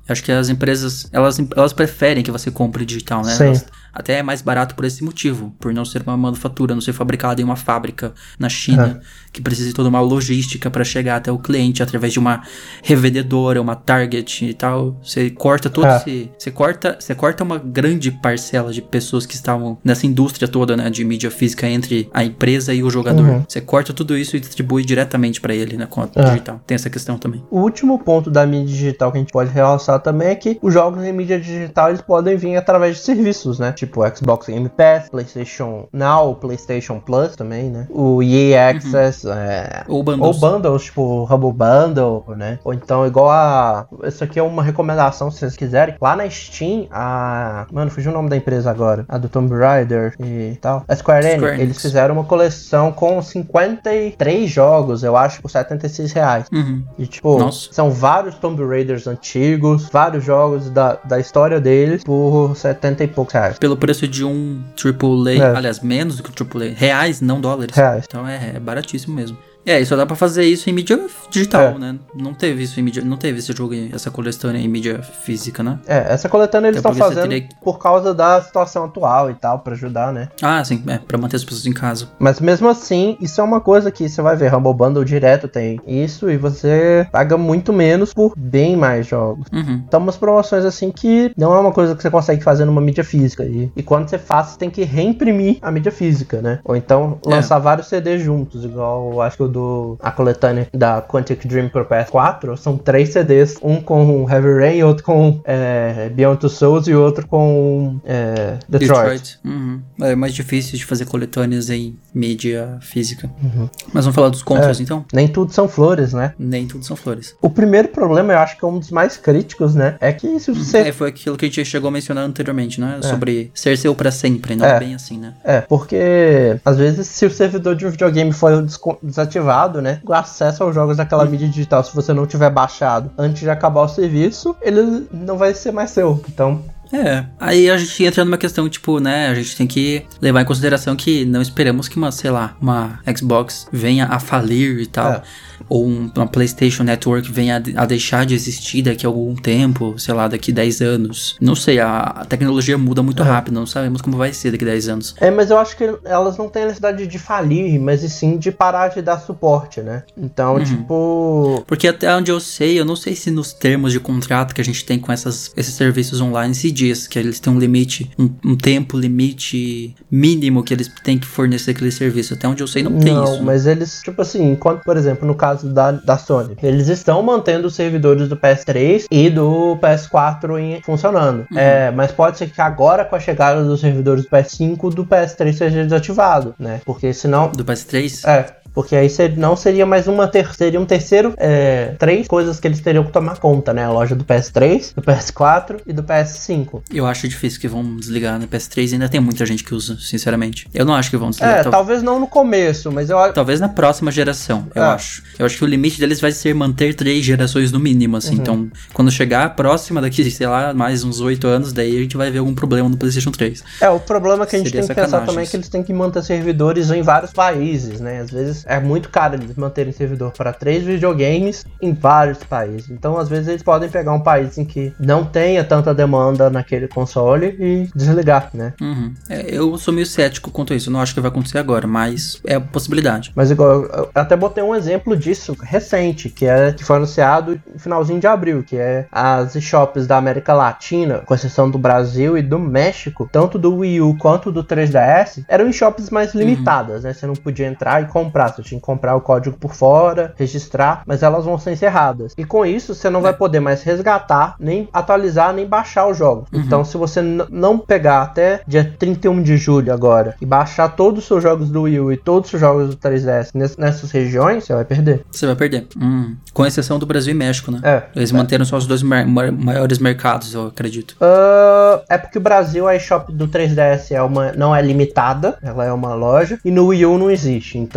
Eu acho que as empresas, elas, elas preferem que você compre digital, né? Sim. Elas, até é mais barato por esse motivo, por não ser uma manufatura, não ser fabricada em uma fábrica na China, é. que precisa de toda uma logística para chegar até o cliente através de uma revendedora, uma Target e tal. Você corta todo é. esse... Você corta, você corta uma grande parcela de pessoas que estavam nessa indústria toda, né, de mídia física entre a empresa e o jogador. Uhum. Você corta tudo isso e distribui diretamente para ele na conta é. digital. Tem essa questão também. O último ponto da mídia digital que a gente pode realçar também é que os jogos em mídia digital eles podem vir através de serviços, né? Tipo Xbox Game Pass, PlayStation Now, PlayStation Plus também, né? O E A Access, uhum. é... ou bundles. Ou bundles, tipo Humble Bundle, né? Ou então igual a... Isso aqui é uma recomendação se vocês quiserem. Lá na Steam, a... Mano, fugiu o nome da empresa agora. A do Tomb Raider e tal. A Square Enix, Square eles fizeram uma coleção com cinquenta e três jogos, eu acho, por setenta e seis reais. Uhum. E tipo, Nossa. São vários Tomb Raiders antigos, vários jogos da, da história deles por setenta e poucos reais. Pelo preço de um triplo A, é. aliás, menos do que o triplo A, reais, não dólares. Reais. Então é, é baratíssimo mesmo. É, e só dá pra fazer isso em mídia digital, é. né? Não teve isso em mídia, não teve esse jogo, essa coletânea em mídia física, né? É, essa coletânea eles estão fazendo teria... por causa da situação atual e tal, pra ajudar, né? Ah, sim, é, pra manter as pessoas em casa. Mas mesmo assim, isso é uma coisa que você vai ver, Humble Bundle direto tem isso e você paga muito menos por bem mais jogos. Uhum. Então, umas promoções assim que não é uma coisa que você consegue fazer numa mídia física. E, e quando você faz, você tem que reimprimir a mídia física, né? Ou então lançar é. vários C Ds juntos, igual acho que o do a coletânea da Quantic Dream pro P S quatro, são três C Ds, um com Heavy Rain, outro com é, Beyond Two Souls e outro com é, Detroit. Detroit. Uhum. É mais difícil de fazer coletâneas em mídia física. Uhum. Mas vamos falar dos contras, é, então? Nem tudo são flores, né? Nem tudo são flores. O primeiro problema, eu acho que é um dos mais críticos, né? É que se você... É, foi aquilo que a gente chegou a mencionar anteriormente, né? É. Sobre ser seu pra sempre, não é. bem assim, né? É, porque às vezes se o servidor de um videogame for desativado, né? O acesso aos jogos daquela hum. mídia digital, se você não tiver baixado antes de acabar o serviço, ele não vai ser mais seu. Então... É, aí a gente entra numa questão, tipo, né, a gente tem que levar em consideração que não esperamos que uma, sei lá, uma Xbox venha a falir e tal, é. ou um, uma PlayStation Network venha a, a deixar de existir daqui a algum tempo, sei lá, daqui dez anos. Não sei, a, a tecnologia muda muito é. rápido, não sabemos como vai ser daqui a dez anos. É, mas eu acho que elas não têm a necessidade de falir, mas e sim de parar de dar suporte, né? Então, uhum. tipo... Porque até onde eu sei, eu não sei se nos termos de contrato que a gente tem com essas, esses serviços online se diz que eles têm um limite, um, um tempo limite mínimo que eles têm que fornecer aquele serviço. Até onde eu sei não tem não, isso. Não, mas eles, tipo assim, enquanto, por exemplo, no caso da, da Sony, eles estão mantendo os servidores do P S três e do P S quatro em, funcionando. Uhum. É, mas pode ser que agora, com a chegada dos servidores do P S cinco, do P S três seja desativado, né? Porque senão... Do P S três? É. Porque aí não seria mais uma terceira, um terceiro, é, três coisas que eles teriam que tomar conta, né? A loja do P S três, do P S quatro e do P S cinco. Eu acho difícil que vão desligar no P S três, ainda tem muita gente que usa, sinceramente. Eu não acho que vão desligar. É, tal... talvez não no começo, mas eu acho... Talvez na próxima geração, eu é. acho. Eu acho que o limite deles vai ser manter três gerações no mínimo, assim. Uhum. Então, quando chegar a próxima daqui, sei lá, mais uns oito anos, daí a gente vai ver algum problema no PlayStation três. É, o problema que a gente Seria tem que pensar também é que eles têm que manter servidores em vários países, né? Às vezes é muito caro eles manterem servidor para três videogames em vários países. Então, às vezes, eles podem pegar um país em que não tenha tanta demanda naquele console e desligar, né? Uhum. É, eu sou meio cético quanto a isso. Eu não acho que vai acontecer agora, mas é possibilidade. Mas igual, eu até botei um exemplo disso recente, que, é, que foi anunciado no finalzinho de abril, que é as eShops da América Latina, com exceção do Brasil e do México, tanto do Wii U quanto do três D S, eram eShops mais limitadas, uhum. né? Você não podia entrar e comprar, você tinha que comprar o código por fora, registrar, mas elas vão ser encerradas. E com isso, você não é. vai poder mais resgatar, nem atualizar, nem baixar os jogos. Uhum. Então, se você n- não pegar até dia trinta e um de julho agora e baixar todos os seus jogos do Wii U e todos os jogos do três D S ness- nessas regiões, você vai perder. Você vai perder. Hum. Com exceção do Brasil e México, né? É. Eles é. manteram só os dois ma- ma- maiores mercados, eu acredito. Uh, é porque o Brasil, a eShop do três D S é uma, não é limitada, ela é uma loja, e no Wii U não existe. Então, ah,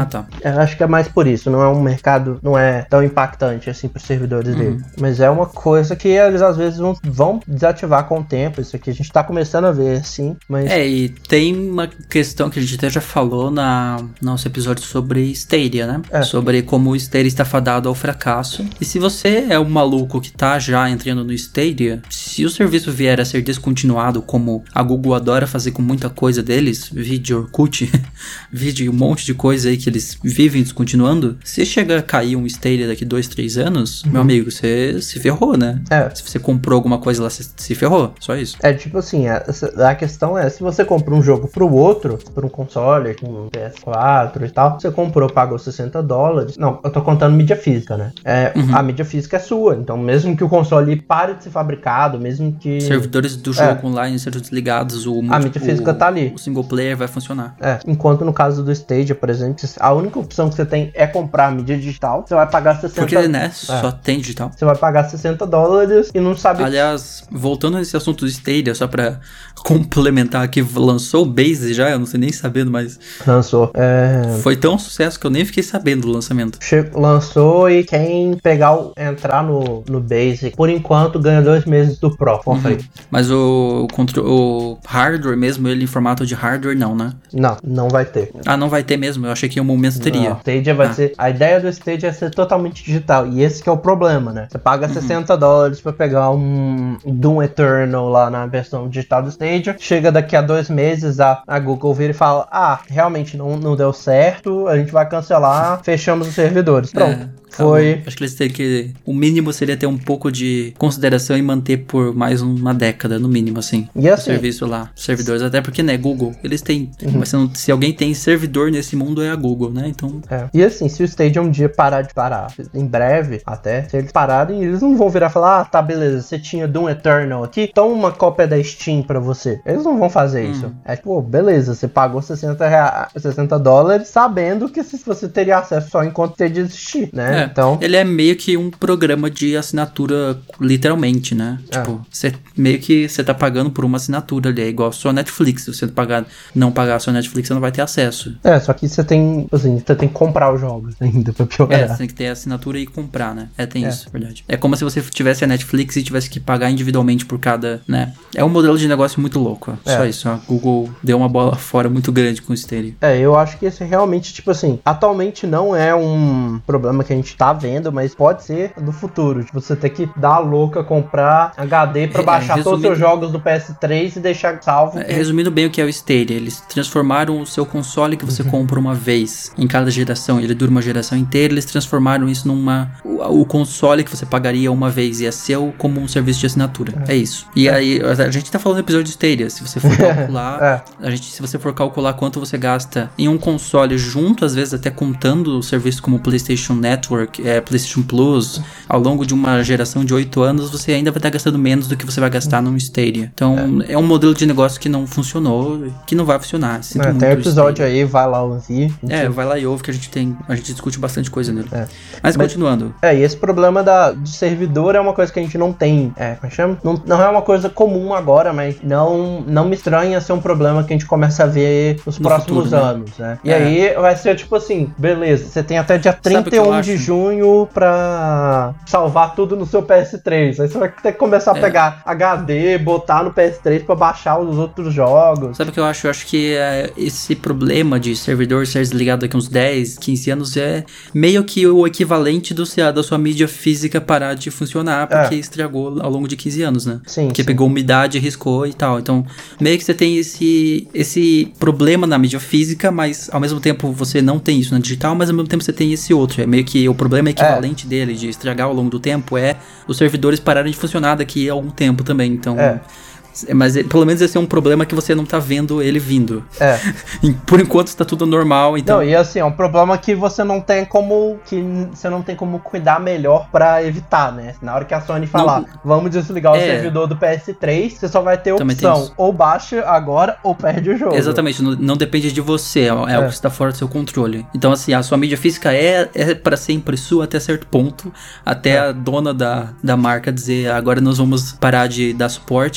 tá. Eu acho que é mais por isso, não é um mercado, não é tão impactante assim pros servidores Uhum. dele. Mas é uma coisa que eles às vezes vão, vão desativar com o tempo, isso aqui a gente tá começando a ver, sim, mas... É, e tem uma questão que a gente até já falou na nosso episódio sobre Stadia, né? É. Sobre como o Stadia está fadado ao fracasso. E se você é um maluco que tá já entrando no Stadia, se o serviço vier a ser descontinuado, como a Google adora fazer com muita coisa deles, vídeo Orkut, vídeo e um monte de coisa aí que eles vivem descontinuando, se chega a cair um Stadia daqui dois, três anos, uhum. meu amigo, você se ferrou, né? É. Se você comprou alguma coisa lá, você se ferrou, só isso. É tipo assim, a, a questão é, se você compra um jogo pro outro, por um console, um P S quatro e tal, você comprou, pagou sessenta dólares, não, eu tô contando mídia física, né? É, uhum. A mídia física é sua, então mesmo que o console pare de ser fabricado, mesmo que... servidores do jogo é. online sejam desligados, o, a mídia física o, tá ali. O single player vai funcionar. É, enquanto no caso do Stadia, por exemplo, a única opção que você tem é comprar a mídia digital, você vai pagar sessenta... Porque, né, é. só tem digital. Você vai pagar sessenta dólares e não sabe... Aliás, voltando nesse assunto do Stadia, só pra complementar aqui, lançou o Base já, eu não sei nem sabendo, mas... Lançou. É... Foi tão um sucesso que eu nem fiquei sabendo do lançamento. Che- lançou e quem pegar o, entrar no, no Basic, por enquanto, ganha dois meses do Pro. Uhum. Mas o, o, o hardware mesmo, ele em formato de hardware, não, né? Não, não vai ter. Ah, não vai ter mesmo? Eu achei que em um momento teria. Não, Stadia vai ah. ser... A ideia do Stadia é ser totalmente digital, e esse que é o problema, né? Você paga uhum. sessenta dólares pra pegar um Doom Eternal lá na versão digital do Stadia, chega daqui a dois meses, a, a Google vira e fala, ah, realmente não, não deu certo, a gente vai cancelar, fechamos os servidores. Pronto. É. Foi. Acho que eles teriam que... O mínimo seria ter um pouco de consideração e manter por mais uma década, no mínimo, assim. E assim? O serviço lá. Servidores. Até porque, né, Google, eles têm... Uhum. Mas se, não, se alguém tem servidor nesse mundo, é a Google, né? Então... É. E assim, se o Stadia um dia parar de parar, em breve, até, se eles pararem, eles não vão virar e falar, ah, tá, beleza, você tinha Doom Eternal aqui, toma uma cópia da Steam pra você. Eles não vão fazer hum. isso. É tipo, beleza, você pagou sessenta, reais, sessenta dólares, sabendo que você teria acesso só enquanto Stadia existir, né? É, então... Ele é meio que um programa de assinatura, literalmente, né? É. Tipo, você meio que você tá pagando por uma assinatura ali. É igual a sua Netflix. Se você pagar, não pagar a sua Netflix, você não vai ter acesso. É, só que você tem, assim, você tem que comprar os jogos ainda pra piorar. É, você tem que ter a assinatura e comprar, né? É, tem é. isso, verdade. É como se você tivesse a Netflix e tivesse que pagar individualmente por cada, né? É um modelo de negócio muito louco. É. Só isso. A Google deu uma bola fora muito grande com o Stadia. É, eu acho que esse realmente, tipo assim, atualmente não é um problema que a gente tá vendo, mas pode ser no futuro. Tipo, você ter que dar a louca, comprar H D pra é, baixar resumindo... todos os seus jogos do P S três e deixar salvo. É, resumindo bem o que é o Stadia, eles transformaram o seu console que você uhum. compra uma vez em cada geração, ele dura uma geração inteira, eles transformaram isso numa... O, o console que você pagaria uma vez ia ser como um serviço de assinatura. É, é isso. E é. aí, a gente tá falando do episódio de Stadia, se você for calcular, é. a gente, se você for calcular quanto você gasta em um console junto, às vezes até contando o serviço como PlayStation Network, é, PlayStation Plus, ao longo de uma geração de oito anos, você ainda vai estar gastando menos do que você vai gastar num Stadia. Então, é, é um modelo de negócio que não funcionou, que não vai funcionar. É, tem episódio aí, vai lá ouvir. É, vai lá e ouve que a gente tem, a gente discute bastante coisa nele. É. Mas, Mas continuando. É, e esse problema da, de servidor é uma coisa que a gente não tem, é, como é que chama? Não, não é uma coisa comum agora, mas não, não me estranha ser um problema que a gente começa a ver nos no próximos futuro, anos, né? né? E é. aí vai ser tipo assim, beleza, você tem até dia trinta e um de junho pra salvar tudo no seu P S três. Aí você vai ter que começar a é. pegar H D, botar no P S três pra baixar os outros jogos. Sabe o que eu acho? Eu acho que é, esse problema de servidor ser desligado daqui uns dez, quinze anos é meio que o equivalente do, da sua mídia física parar de funcionar porque é. estragou ao longo de quinze anos, né? Sim, porque sim. pegou umidade, riscou e tal. Então, meio que você tem esse, esse problema na mídia física, mas ao mesmo tempo você não tem isso na digital, mas ao mesmo tempo você tem esse outro. É meio que o problema equivalente é. dele de estragar ao longo do tempo é os servidores pararem de funcionar daqui a algum tempo também. Então... É. Mas pelo menos esse é um problema que você não tá vendo ele vindo. É. Por enquanto está tudo normal, então... Não, e assim, é um problema que você não tem como... Que você não tem como cuidar melhor pra evitar, né? Na hora que a Sony falar, não, vamos desligar é. o servidor do P S três, você só vai ter opção, ou baixa agora, ou perde o jogo. Exatamente, não, não depende de você, é, é algo que está fora do seu controle. Então assim, a sua mídia física é, é pra sempre sua até certo ponto, até é. a dona da, da marca dizer, agora nós vamos parar de dar suporte aqui ao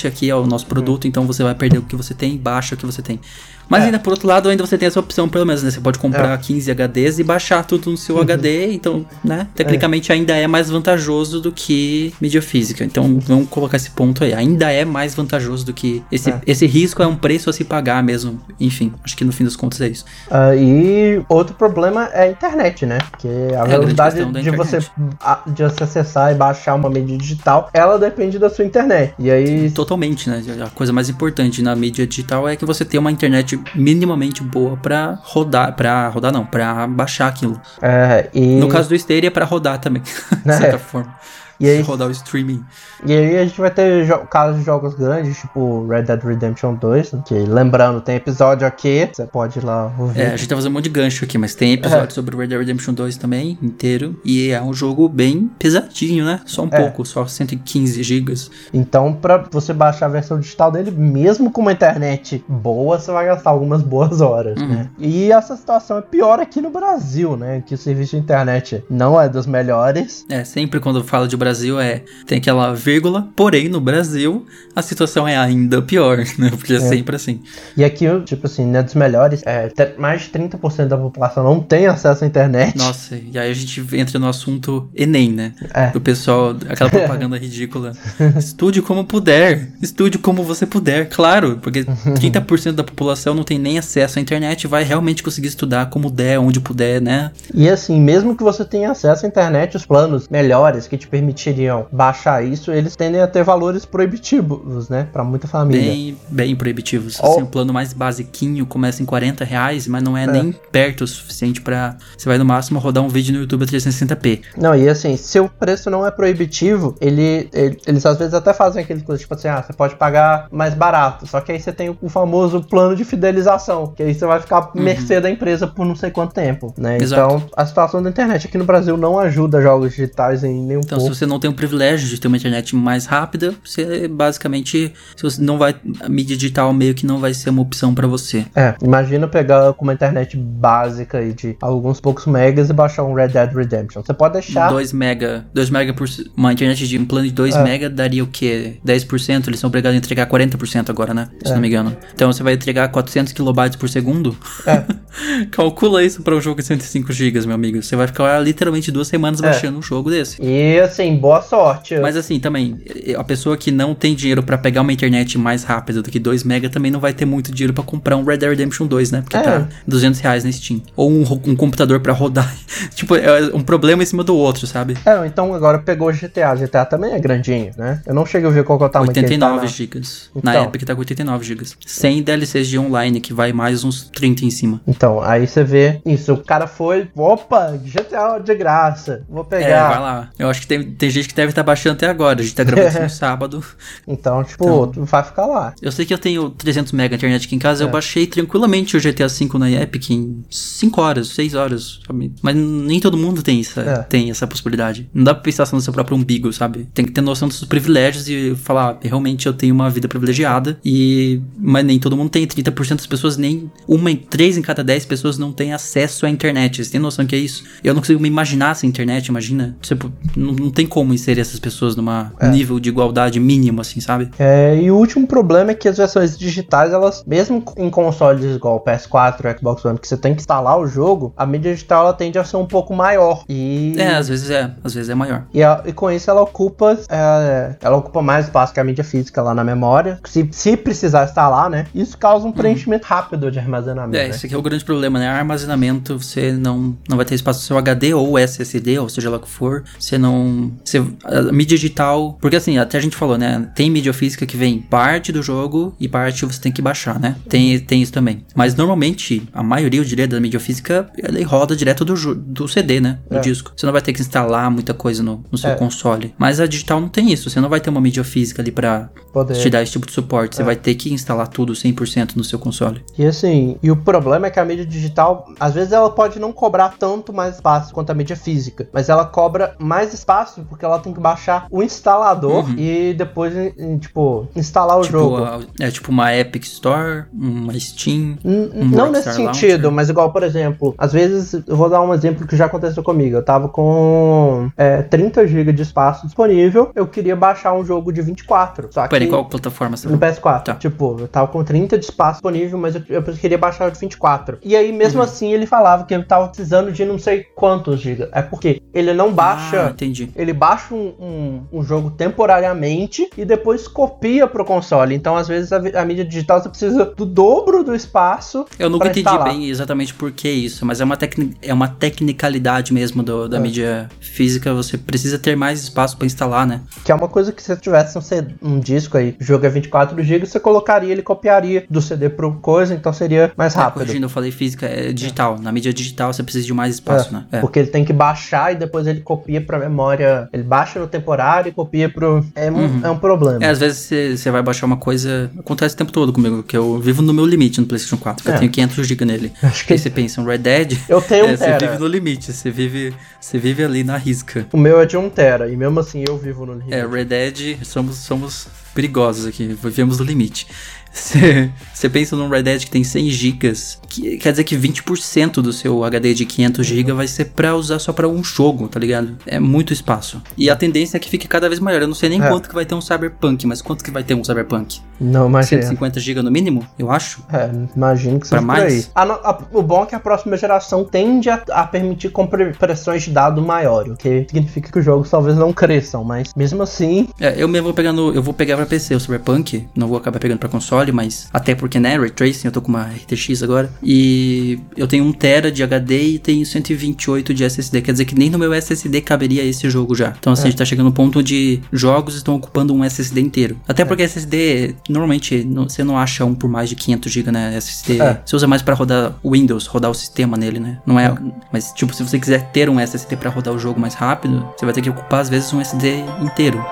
nosso produto, então você vai perder o que você tem, baixa o que você tem. Mas é. ainda, por outro lado, ainda você tem essa opção, pelo menos, né? Você pode comprar é. quinze H Ds e baixar tudo no seu uhum. H D, então, né? Tecnicamente, é. ainda é mais vantajoso do que mídia física. Então, vamos colocar esse ponto aí. Ainda é mais vantajojoso do que... Esse, é. esse risco é um preço a se pagar mesmo. Enfim, acho que no fim das contas é isso. Uh, e outro problema é a internet, né? Porque a é velocidade a de, você, de você acessar e baixar uma mídia digital, ela depende da sua internet. E aí... Totalmente, né? A coisa mais importante na mídia digital é que você tenha uma internet minimamente boa pra rodar, pra rodar não, pra baixar aquilo. É, e... No caso do Stadia é pra rodar também, de certa é. forma. E aí, rodar o streaming. E aí a gente vai ter jo- casos de jogos grandes, tipo Red Dead Redemption dois, que lembrando, tem episódio aqui, você pode ir lá ouvir. É, a gente tá fazendo um monte de gancho aqui, mas tem episódio é. sobre Red Dead Redemption dois também, inteiro, e é um jogo bem pesadinho, né? Só um é. pouco, só cento e quinze gigas. Então, pra você baixar a versão digital dele, mesmo com uma internet boa, você vai gastar algumas boas horas, uhum. né? E essa situação é pior aqui no Brasil, né? Que o serviço de internet não é dos melhores. É, sempre quando fala de Brasil, é, tem aquela vírgula, porém no Brasil a situação é ainda pior, né? Porque é, é sempre assim. E aqui, tipo assim, não é dos melhores, é, mais de trinta por cento da população não tem acesso à internet. Nossa, e aí a gente entra no assunto Enem, né? É. Do pessoal, aquela propaganda ridícula. Estude como puder, estude como você puder, claro, porque trinta por cento da população não tem nem acesso à internet e vai realmente conseguir estudar como der, onde puder, né? E assim, mesmo que você tenha acesso à internet, os planos melhores que te permitem iriam baixar isso, eles tendem a ter valores proibitivos, né? Pra muita família. Bem, bem proibitivos. Oh. Assim, o plano mais basiquinho começa em quarenta reais, mas não é, é nem perto o suficiente pra... Você vai no máximo rodar um vídeo no YouTube a trezentos e sessenta p. Não, e assim, se o preço não é proibitivo, ele, ele, eles às vezes até fazem aquele coisa, tipo assim, ah, você pode pagar mais barato, só que aí você tem o famoso plano de fidelização, que aí você vai ficar à uhum. mercê da empresa por não sei quanto tempo, né? Exato. Então, a situação da internet aqui no Brasil não ajuda jogos digitais em nenhum então, pouco. Se você não tem o privilégio de ter uma internet mais rápida, você basicamente, se você não vai, a mídia digital meio que não vai ser uma opção pra você. É, imagina pegar com uma internet básica aí de alguns poucos megas e baixar um Red Dead Redemption. Você pode deixar... dois mega, dois mega por... Uma internet de um plano de dois é. mega daria o quê? dez por cento? Eles são obrigados a entregar quarenta por cento agora, né? Se é. não me engano. Então você vai entregar quatrocentos kilobytes por segundo? É. Calcula isso pra um jogo de cento e cinco gigas, meu amigo. Você vai ficar literalmente duas semanas é. baixando um jogo desse. E assim, boa sorte. Mas assim, também, a pessoa que não tem dinheiro pra pegar uma internet mais rápida do que dois mega também não vai ter muito dinheiro pra comprar um Red Dead Redemption dois, né? Porque é. tá duzentos reais na Steam. Ou um, um computador pra rodar. Tipo, é um problema em cima do outro, sabe? É, então agora pegou o G T A. G T A também é grandinho, né? Eu não cheguei a ver qual que é o tamanho oitenta e nove que gigas. Então. Na Epic tá com oitenta e nove gigas. Sem D L Cs de online, que vai mais uns trinta em cima. Então, aí você vê isso. O cara foi, opa, G T A de graça. Vou pegar. É, vai lá. Eu acho que tem, tem gente que deve estar baixando até agora. A gente tá gravando isso no sábado. Então, tipo, então, vai ficar lá. Eu sei que eu tenho trezentos mega internet aqui em casa. É. Eu baixei tranquilamente o G T A cinco na Epic em cinco horas, seis horas, sabe? Mas nem todo mundo tem essa, é. tem essa possibilidade. Não dá pra pensar só no seu próprio umbigo, sabe? Tem que ter noção dos seus privilégios e falar, realmente eu tenho uma vida privilegiada. E... Mas nem todo mundo tem. trinta por cento das pessoas, nem uma em três em cada dez pessoas não tem acesso à internet. Você tem noção que é isso? Eu não consigo me imaginar sem internet, imagina. Tipo, não, não tem como inserir essas pessoas numa é. nível de igualdade mínimo, assim, sabe? É, e o último problema é que as versões digitais, elas, mesmo em consoles igual o P S quatro e o Xbox One, que você tem que instalar o jogo, a mídia digital, ela tende a ser um pouco maior. E... É, às vezes é. Às vezes é maior. E, a, e com isso ela ocupa é, ela ocupa mais espaço que a mídia física lá na memória. Se, se precisar instalar, né? Isso causa um preenchimento uhum. rápido de armazenamento. É, né? esse aqui é o grande problema, né? Armazenamento, você não, não vai ter espaço no seu H D ou S S D, ou seja lá o que for. Você não... Você, a mídia digital... Porque assim, até a gente falou, né? Tem mídia física que vem parte do jogo e parte você tem que baixar, né? Tem, tem isso também. Mas normalmente, a maioria, eu diria, da mídia física, ela roda direto do, do C D, né? Do é. disco. Você não vai ter que instalar muita coisa no, no seu é. console. Mas a digital não tem isso. Você não vai ter uma mídia física ali pra Poder. te dar esse tipo de suporte. Você é. vai ter que instalar tudo cem por cento no seu console. E assim, e o problema é que a mídia digital, às vezes ela pode não cobrar tanto mais espaço quanto a mídia física, mas ela cobra mais espaço porque ela tem que baixar o instalador uhum. e depois, tipo, instalar o tipo, jogo. A, é tipo uma Epic Store, uma Steam, N- um Não Rockstar nesse sentido, Launcher. mas igual, por exemplo, às vezes, eu vou dar um exemplo que já aconteceu comigo. Eu tava com é, trinta gigabytes de espaço disponível, eu queria baixar um jogo de vinte e quatro. Só Pera, que em qual plataforma você no tá? P S quatro. Tá. Tipo, eu tava com trinta de espaço disponível, mas eu, eu queria baixar o de vinte e quatro. E aí, mesmo Uhum. assim, ele falava que ele tava precisando de não sei quantos gigas. É porque ele não baixa... Ah, entendi. Ele baixa um, um, um jogo temporariamente e depois copia pro console. Então, às vezes, a, a mídia digital você precisa do dobro do espaço. Eu nunca pra entendi instalar. bem exatamente por que isso, mas é uma, tecni- é uma tecnicalidade mesmo do, da é. mídia física. Você precisa ter mais espaço pra instalar, né? Que é uma coisa que se você tivesse um, C D, um disco aí, o jogo é vinte e quatro gigas, você colocaria, ele copiaria do C D pro coisa, então seria mais rápido. É, corrigindo, eu falei física, é digital. É. Na mídia digital você precisa de mais espaço, é, né? É. Porque ele tem que baixar e depois ele copia pra memória. Ele baixa no temporário e copia pro... É, uhum. um, é um problema. É, às vezes você vai baixar uma coisa... Acontece o tempo todo comigo, que eu vivo no meu limite no PlayStation quatro, que é. eu tenho quinhentos gigas nele. Acho que... Aí você pensa, um Red Dead... Eu tenho um é, tera. Você vive no limite, você vive, você vive ali na risca. O meu é de um tera, e mesmo assim eu vivo no limite. É, Red Dead, somos, somos perigosos aqui, vivemos no limite. Você pensa num Red Dead que tem cem gigas, que quer dizer que vinte por cento do seu H D de quinhentos gigas vai ser pra usar só pra um jogo, tá ligado? É muito espaço. E a tendência é que fique cada vez maior. Eu não sei nem é. quanto que vai ter um Cyberpunk, mas quanto que vai ter um Cyberpunk? Não, imagina. cento e cinquenta gigas no mínimo, eu acho? É, imagino que seja pra mais. A, a, o bom é que a próxima geração tende a, a permitir compressões de dado maior, o que significa que os jogos talvez não cresçam, mas mesmo assim... É, eu mesmo vou pegar no, eu vou pegar pra P C o Cyberpunk, não vou acabar pegando pra console, mas até porque, né, Ray Tracing, eu tô com uma R T X agora, e eu tenho um tera de H D e tenho cento e vinte e oito de S S D, quer dizer que nem no meu S S D caberia esse jogo já. Então assim, é. a gente tá chegando no ponto de jogos estão ocupando um S S D inteiro. Até é. porque S S D, normalmente, não, você não acha um por mais de quinhentos gigas, né, S S D, é. você usa mais pra rodar Windows, rodar o sistema nele, né, não é, é. Mas tipo, se você quiser ter um S S D pra rodar o jogo mais rápido, você vai ter que ocupar às vezes um S S D inteiro.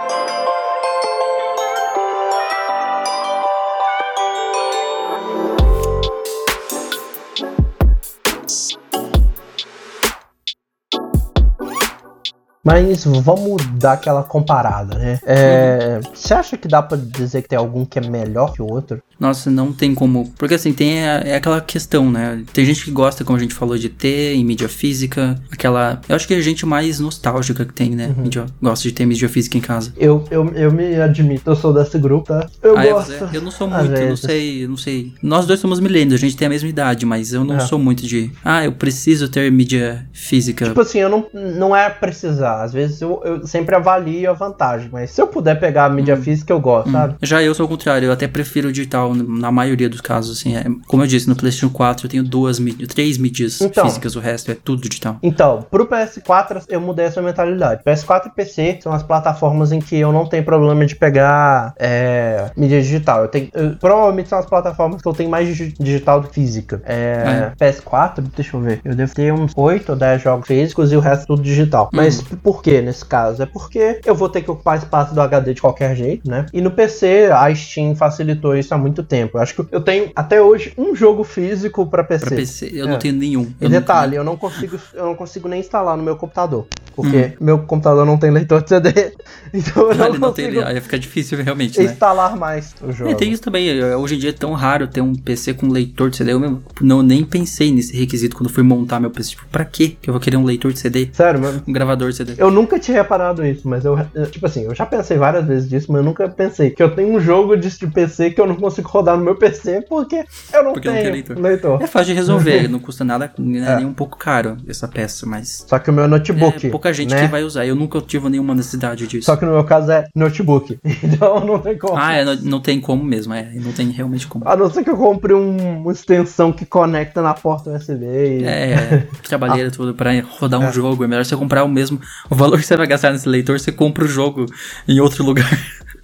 Mas vamos dar aquela comparada, né? É, uhum. Você acha que dá pra dizer que tem algum que é melhor que o outro? Nossa, não tem como. Porque assim, tem a, é aquela questão, né? Tem gente que gosta, como a gente falou, de ter em mídia física. Aquela... Eu acho que é a gente mais nostálgica que tem, né? Uhum. Mídia, gosta de ter mídia física em casa. Eu, eu, eu me admito, eu sou desse grupo, tá? Eu ah, gosto. É, eu não sou muito, eu não sei, eu não sei. Nós dois somos milênios, a gente tem a mesma idade, mas eu não é. sou muito de... Ah, eu preciso ter mídia física. Tipo assim, eu não, não é precisar. Às vezes eu, eu sempre avalio a vantagem, mas se eu puder pegar a mídia hum. física, eu gosto, hum. sabe? Já eu sou o contrário, eu até prefiro o digital na maioria dos casos, assim. É, como eu disse, no PlayStation quatro eu tenho duas mídias, três mídias então, físicas, o resto é tudo digital. Então, pro P S quatro eu mudei essa mentalidade. P S quatro e P C são as plataformas em que eu não tenho problema de pegar é, mídia digital. Eu tenho, eu, provavelmente são as plataformas que eu tenho mais digital do que física. É, é. P S quatro, deixa eu ver, eu devo ter uns oito ou dez jogos físicos e o resto tudo digital. Mas hum. por que nesse caso? É porque eu vou ter que ocupar espaço do H D de qualquer jeito, né? E no P C, a Steam facilitou isso há muito tempo. Eu acho que eu tenho, até hoje, um jogo físico pra P C. Pra P C, eu é. não tenho nenhum. E detalhe, eu não consigo, eu não consigo nem instalar no meu computador. Porque hum. meu computador não tem leitor de C D. Então eu não, não consigo tem, aí fica difícil realmente, né? Instalar mais o jogo. É, tem isso também. Hoje em dia é tão raro ter um P C com leitor de C D. Eu mesmo não, nem pensei nesse requisito quando fui montar meu P C. Tipo, pra quê que eu vou querer um leitor de C D? Sério, mano? Um gravador de C D. Eu nunca tinha reparado isso, mas eu, tipo assim, eu já pensei várias vezes disso, mas eu nunca pensei que eu tenho um jogo de P C que eu não consigo rodar no meu P C porque eu não porque tenho não leitor. leitor. É fácil de resolver, não custa nada, não é, é nem um pouco caro essa peça, mas... Só que o meu notebook, é pouca gente né? que vai usar, eu nunca tive nenhuma necessidade disso. Só que no meu caso é notebook, então não tem como. Ah, é, não, não tem como mesmo, é, não tem realmente como. A não ser que eu compre um, uma extensão que conecta na porta U S B e... É, é trabalheira ah. tudo pra rodar um é. jogo, é melhor você comprar o mesmo, o valor que você vai gastar nesse leitor, você compra o jogo em outro lugar.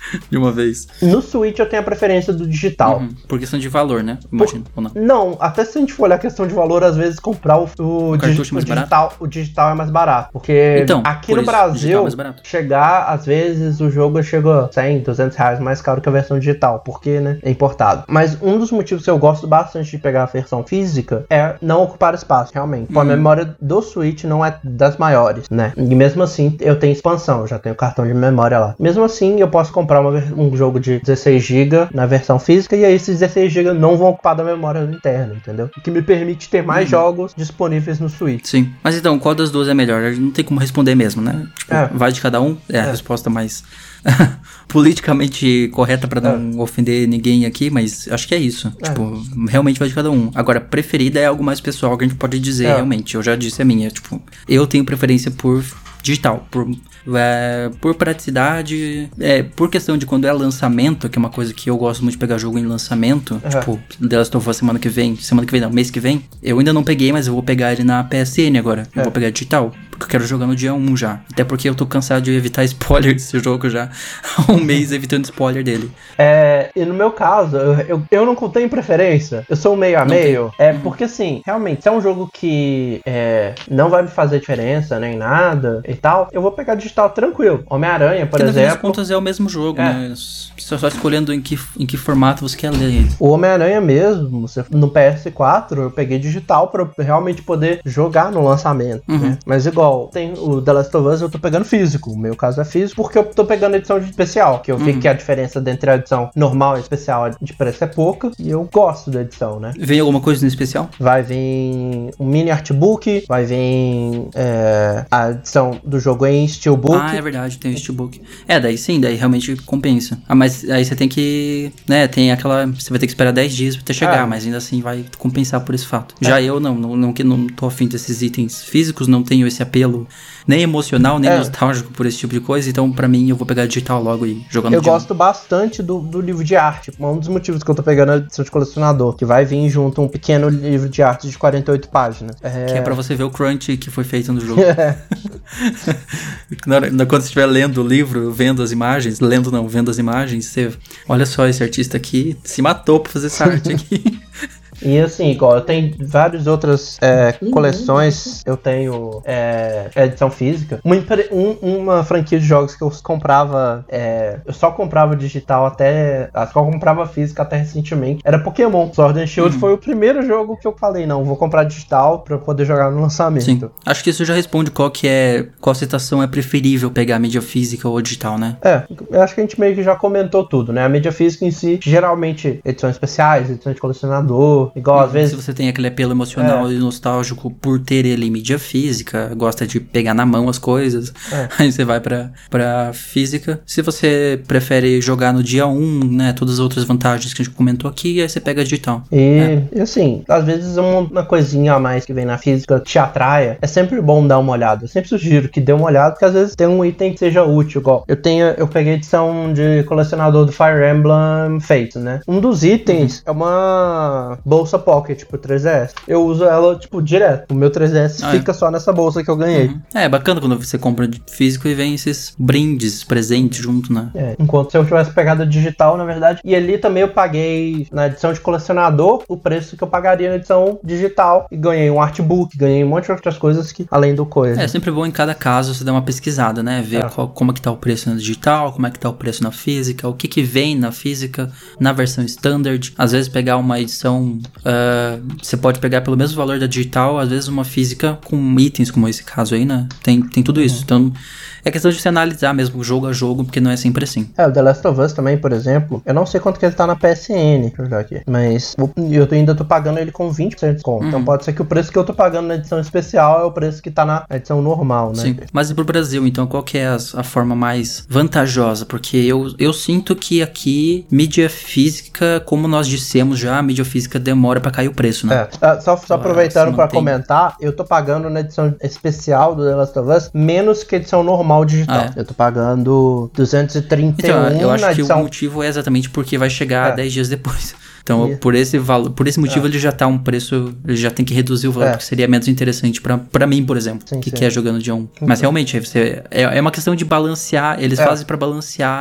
de uma vez. No Switch eu tenho a preferência do digital. Uhum. Por questão de valor, né? Imagino, Por... ou não? Não, até se a gente for olhar a questão de valor, às vezes comprar o, o, o digi... cartucho mais o digital, barato? o digital é mais barato. Porque então, aqui por no isso, Brasil, é mais barato. chegar, às vezes, o jogo chega a cem, duzentos reais mais caro que a versão digital, porque, né, é importado. Mas um dos motivos que eu gosto bastante de pegar a versão física é não ocupar espaço, realmente. Pô, a memória do Switch não é das maiores, né? E mesmo assim, eu tenho expansão, eu já tenho cartão de memória lá. Mesmo assim, eu posso comprar uma, um jogo de dezesseis gigas na versão física, e aí esses dezesseis gigas não vão ocupar da memória interna, entendeu? O que me permite ter mais uhum. jogos disponíveis no Switch. Sim. Mas então, qual das duas é melhor? Não tem como responder mesmo, né? Tipo, é. vai de cada um? É, é. a resposta mais politicamente correta pra não é. ofender ninguém aqui, mas acho que é isso. É. Tipo, realmente vai de cada um. Agora, preferida é algo mais pessoal que a gente pode dizer, é. realmente. Eu já disse a minha. Tipo, eu tenho preferência por digital, por, é, por praticidade, é, por questão de quando é lançamento, que é uma coisa que eu gosto muito de pegar jogo em lançamento, uhum. tipo, The Last of Us semana que vem, semana que vem não, mês que vem, eu ainda não peguei, mas eu vou pegar ele na P S N agora, eu é. vou pegar digital, porque eu quero jogar no dia um já, até porque eu tô cansado de evitar spoiler desse jogo já, há um mês evitando spoiler dele. É, e no meu caso, eu, eu, eu não tenho preferência, eu sou meio a não meio, tem. é uhum. porque assim, realmente, se é um jogo que é, não vai me fazer diferença, nem nada, e tal, eu vou pegar digital tranquilo. Homem-Aranha, por Porque, exemplo... nas contas é o mesmo jogo, é. né? Só, só escolhendo em que, em que formato você quer ler ele. O Homem-Aranha mesmo, no P S quatro, eu peguei digital pra realmente poder jogar no lançamento, uhum. né? Mas igual, tem o The Last of Us, eu tô pegando físico. O meu caso é físico, porque eu tô pegando a edição de especial, que eu vi uhum. que a diferença entre a edição normal e especial de preço é pouca, e eu gosto da edição, né? Vem alguma coisa no especial? Vai vir um mini artbook, vai vir é, a edição do jogo em Steelbook. Ah, é verdade, tem o Steelbook. É, daí sim, daí realmente compensa. Ah, mas aí você tem que, né, tem aquela... Você vai ter que esperar dez dias pra até chegar, é. mas ainda assim vai compensar por esse fato. É. Já eu não, não, não, não tô afim desses itens físicos, não tenho esse apelo nem emocional, nem é. nostálgico por esse tipo de coisa, então pra mim eu vou pegar digital logo e jogar no Eu dia. gosto bastante do, do livro de arte. Um dos motivos que eu tô pegando a edição de colecionador, que vai vir junto um pequeno livro de arte de quarenta e oito páginas. É... Que é pra você ver o crunch que foi feito no jogo. É. Na hora, quando você estiver lendo o livro, vendo as imagens, lendo não, vendo as imagens, você olha só, esse artista aqui se matou pra fazer essa arte aqui. E assim, igual, eu tenho várias outras é, coleções, eu tenho é, edição física. Uma, um, uma franquia de jogos que eu comprava, é, eu só comprava digital até, só comprava física até recentemente, era Pokémon. Sword and Shield uhum. foi o primeiro jogo que eu falei, não, vou comprar digital pra poder jogar no lançamento. Sim, acho que isso já responde qual que é, qual citação é preferível pegar, mídia física ou digital, né? É, eu acho que a gente meio que já comentou tudo, né? A mídia física em si, geralmente, edições especiais, edições de colecionador, igual às vezes... Se você tem aquele apelo emocional é. e nostálgico por ter ele em mídia física, gosta de pegar na mão as coisas, é. aí você vai pra, pra física. Se você prefere jogar no dia um, né, todas as outras vantagens que a gente comentou aqui, aí você pega digital. E, é. e assim, às vezes uma, uma coisinha a mais que vem na física te atraia, é sempre bom dar uma olhada. Eu sempre sugiro que dê uma olhada, porque às vezes tem um item que seja útil, igual eu tenho, eu peguei a edição de colecionador do Fire Emblem Fates, né? Um dos itens uhum. é uma bolsa Pocket, tipo três D S. Eu uso ela, tipo, direto. O meu três D S ah, fica é. só nessa bolsa que eu ganhei. Uhum. É, é bacana quando você compra físico e vem esses brindes, presentes junto, né? É, enquanto se eu tivesse pegado digital, na verdade. E ali também eu paguei, na edição de colecionador, o preço que eu pagaria na edição digital. E ganhei um artbook, ganhei um monte de outras coisas que, além do coisa. É, sempre bom em cada caso você dar uma pesquisada, né? Ver é. qual, como é que tá o preço na digital, como é que tá o preço na física, o que que vem na física, na versão standard. Às vezes pegar uma edição... Uh, você pode pegar pelo mesmo valor da digital, às vezes uma física com itens, como esse caso aí, né? Tem, tem tudo isso. Uhum. Então, é questão de você analisar mesmo jogo a jogo, porque não é sempre assim. É, o The Last of Us também, por exemplo, eu não sei quanto que ele tá na P S N, deixa eu olhar aqui, mas eu ainda tô pagando ele com vinte por cento de desconto. Uhum. Então pode ser que o preço que eu tô pagando na edição especial é o preço que tá na edição normal, né? Sim, mas e pro Brasil, então, qual que é a, a forma mais vantajosa? Porque eu, eu sinto que aqui, mídia física, como nós dissemos já, a mídia física demora pra cair o preço, né? É, só, só aproveitando pra tem... comentar, eu tô pagando na edição especial do The Last of Us menos que a edição normal digital. Ah, é? Eu tô pagando duzentos e trinta e um então, eu acho na que edição... o motivo é exatamente porque vai chegar dez dias depois. Então, yeah. por esse valor, por esse motivo, é. ele já tá um preço, ele já tem que reduzir o valor, é. porque seria menos interessante pra, pra mim, por exemplo, sim, que sim. quer jogando dia um. Mas realmente, você, é, é uma questão de balancear, eles é. fazem pra balancear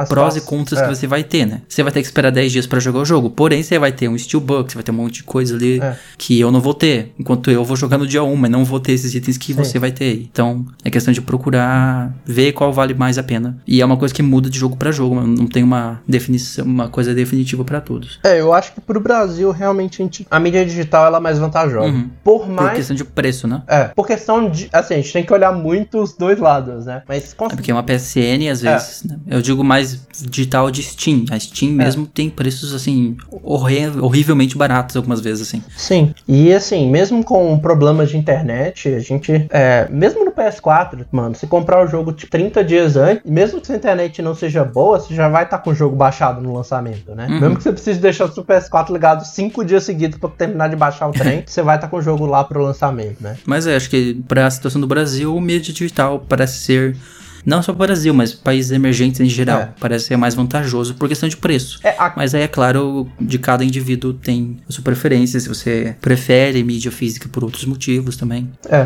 As prós e classes, contras é. que você vai ter, né? Você vai ter que esperar dez dias pra jogar o jogo, porém você vai ter um Steelbook, você vai ter um monte de coisa ali É. que eu não vou ter, enquanto eu vou jogar no dia um, mas não vou ter esses itens que Sim. você vai ter. Então, é questão de procurar ver qual vale mais a pena. E é uma coisa que muda de jogo pra jogo, não tem uma definição, uma coisa definitiva pra todos. É, eu acho que pro Brasil, realmente, a, gente, a mídia digital ela é mais vantajosa. Uhum. Por mais... Por questão de preço, né? É, por questão de... Assim, a gente tem que olhar muito os dois lados, né? Mas... É porque é uma P S N, às vezes, é. né? Eu digo mais digital de Steam. A Steam mesmo é. tem preços, assim, horri- horrivelmente baratos algumas vezes, assim. Sim. E, assim, mesmo com problemas de internet, a gente... É, mesmo no P S quatro, mano, se comprar o jogo tipo, trinta dias antes, mesmo que a internet não seja boa, você já vai estar tá com o jogo baixado no lançamento, né? Uhum. Mesmo que você precise deixar o seu P S quatro ligado cinco dias seguidos pra terminar de baixar o trem, você vai estar tá com o jogo lá pro lançamento, né? Mas é, acho que pra situação do Brasil, o mídia digital parece ser... Não só para o Brasil, mas países emergentes em geral. É. Parece ser mais vantajoso por questão de preço. É, a... Mas aí, é claro, de cada indivíduo tem a sua preferência. Se você prefere mídia física por outros motivos também. É.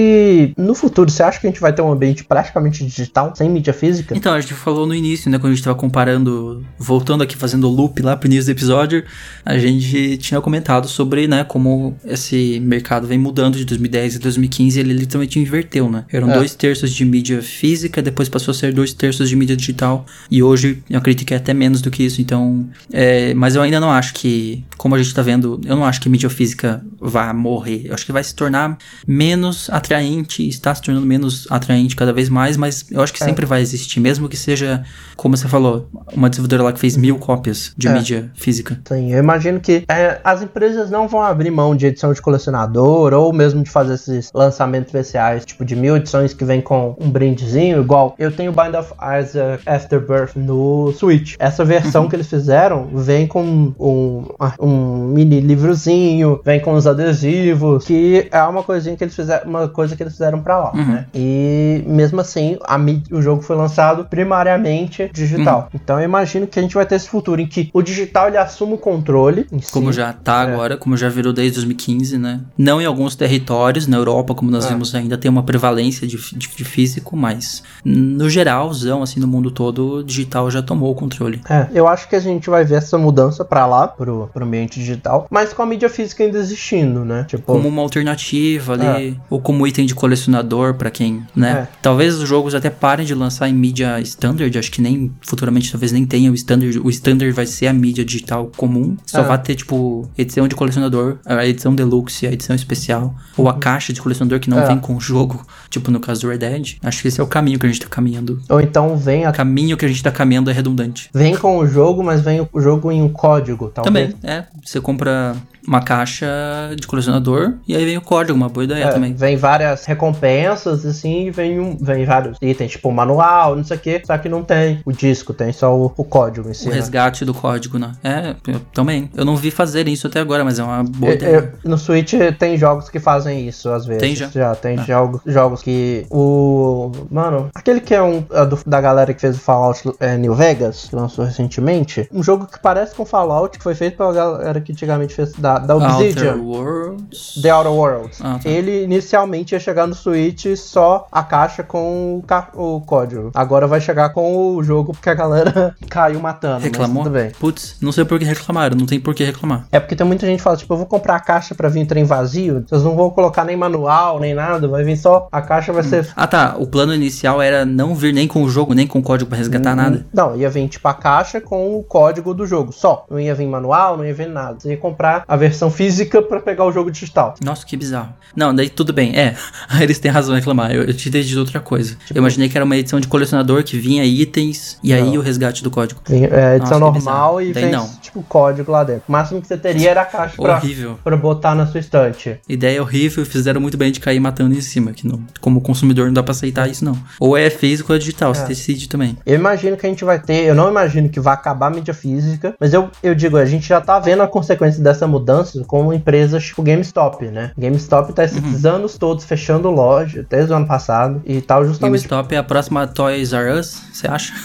E no futuro, você acha que a gente vai ter um ambiente praticamente digital, sem mídia física? Então, a gente falou no início, né? Quando a gente estava comparando, voltando aqui, fazendo o loop lá pro início do episódio, a gente tinha comentado sobre, né, como esse mercado vem mudando de dois mil e dez e dois mil e quinze. Ele literalmente inverteu, né? Eram é. dois terços de mídia física, depois passou a ser dois terços de mídia digital, e hoje eu acredito que é até menos do que isso, então, é, mas eu ainda não acho que, como a gente tá vendo, eu não acho que mídia física vai morrer, eu acho que vai se tornar menos atraente, está se tornando menos atraente cada vez mais, mas eu acho que é. sempre vai existir, mesmo que seja, como você falou, uma desenvolvedora lá que fez mil cópias de é. mídia física. Sim, eu imagino que é, as empresas não vão abrir mão de edição de colecionador, ou mesmo de fazer esses lançamentos especiais, tipo de mil edições que vem com um brindezinho, igual eu tenho Bind of Isaac Afterbirth no Switch. Essa versão uhum. que eles fizeram vem com um, um mini livrozinho, vem com os adesivos, que é uma coisinha que eles fizeram, uma coisa que eles fizeram pra lá, uhum. né? E mesmo assim, a, o jogo foi lançado primariamente digital. Uhum. Então eu imagino que a gente vai ter esse futuro em que o digital ele assume o controle. Em como si. já tá é. agora, como já virou desde dois mil e quinze, né? Não em alguns territórios, na Europa, como nós é. vemos, ainda tem uma prevalência de, de, de físico, mas no geralzão, assim, no mundo todo, o digital já tomou o controle. É, eu acho que a gente vai ver essa mudança pra lá, pro, pro ambiente digital, mas com a mídia física ainda existindo, né? Tipo... Como uma alternativa ali, é. ou como item de colecionador pra quem, né? É. Talvez os jogos até parem de lançar em mídia standard, acho que nem, futuramente, talvez nem tenha o standard. O standard vai ser a mídia digital comum, só é. vai ter, tipo, edição de colecionador, a edição deluxe, a edição especial, ou a caixa de colecionador que não é. vem com o jogo, tipo no caso do Red Dead. Acho que esse é o caminho que a gente tá caminhando. Ou então vem... A... O caminho que a gente tá caminhando é redundante. Vem com o jogo, mas vem o jogo em um código, talvez. Também, é. Você compra uma caixa de colecionador e aí vem o código, uma boa ideia é, também. Vem várias recompensas, assim, e vem, um, vem vários itens, tipo manual, não sei o que, só que não tem o disco, tem só o, o código em si. O né? resgate do código, né? É, eu também. Eu não vi fazer isso até agora, mas é uma boa eu, ideia. Eu, no Switch tem jogos que fazem isso, às vezes. Tem já? Já, tem ah. jogos, jogos que o... Mano, aquele que é um é do, da galera que fez o Fallout é, New Vegas, que lançou recentemente, um jogo que parece com Fallout, que foi feito pela galera que antigamente fez da, da Obsidian. Outer Worlds? The Outer Worlds. Ah, tá. Ele inicialmente ia chegar no Switch só a caixa com o, ca- o código. Agora vai chegar com o jogo porque a galera caiu matando. Reclamou? Mas tudo bem. Putz, não sei por que reclamaram, não tem por que reclamar. É porque tem muita gente que fala, tipo, eu vou comprar a caixa pra vir em trem vazio, vocês não vão colocar nem manual, nem nada, vai vir só, a caixa vai hum. ser... Ah tá, o plano inicial era não vir nem com o jogo, nem com o código pra resgatar hum, nada? Não, ia vir tipo a caixa com o código do jogo, só. Não ia vir manual, não ia vir nada. Você ia comprar a versão física pra pegar o jogo digital. Nossa, que bizarro. Não, daí tudo bem, é, eles têm razão em reclamar, eu, eu te entendi de outra coisa. Tipo, eu imaginei que era uma edição de colecionador que vinha itens e aí não. o resgate do código. É, edição Nossa, normal e daí vem não. tipo código lá dentro. O máximo que você teria era a caixa pra, pra botar na sua estante. Ideia horrível, fizeram muito bem de cair matando em cima, que não, como consumidor não dá pra aceitar isso não. Ou é físico ou é digital, é. você decide também. Eu imagino que a gente vai ter, eu não imagino que vai acabar a mídia física, mas eu, eu digo, a gente já tá vendo a consequência dessa mudança com empresas tipo GameStop, né? GameStop tá esses uhum. anos todos fechando loja, desde o ano passado, e tal justamente... GameStop é a próxima Toys R Us, você acha?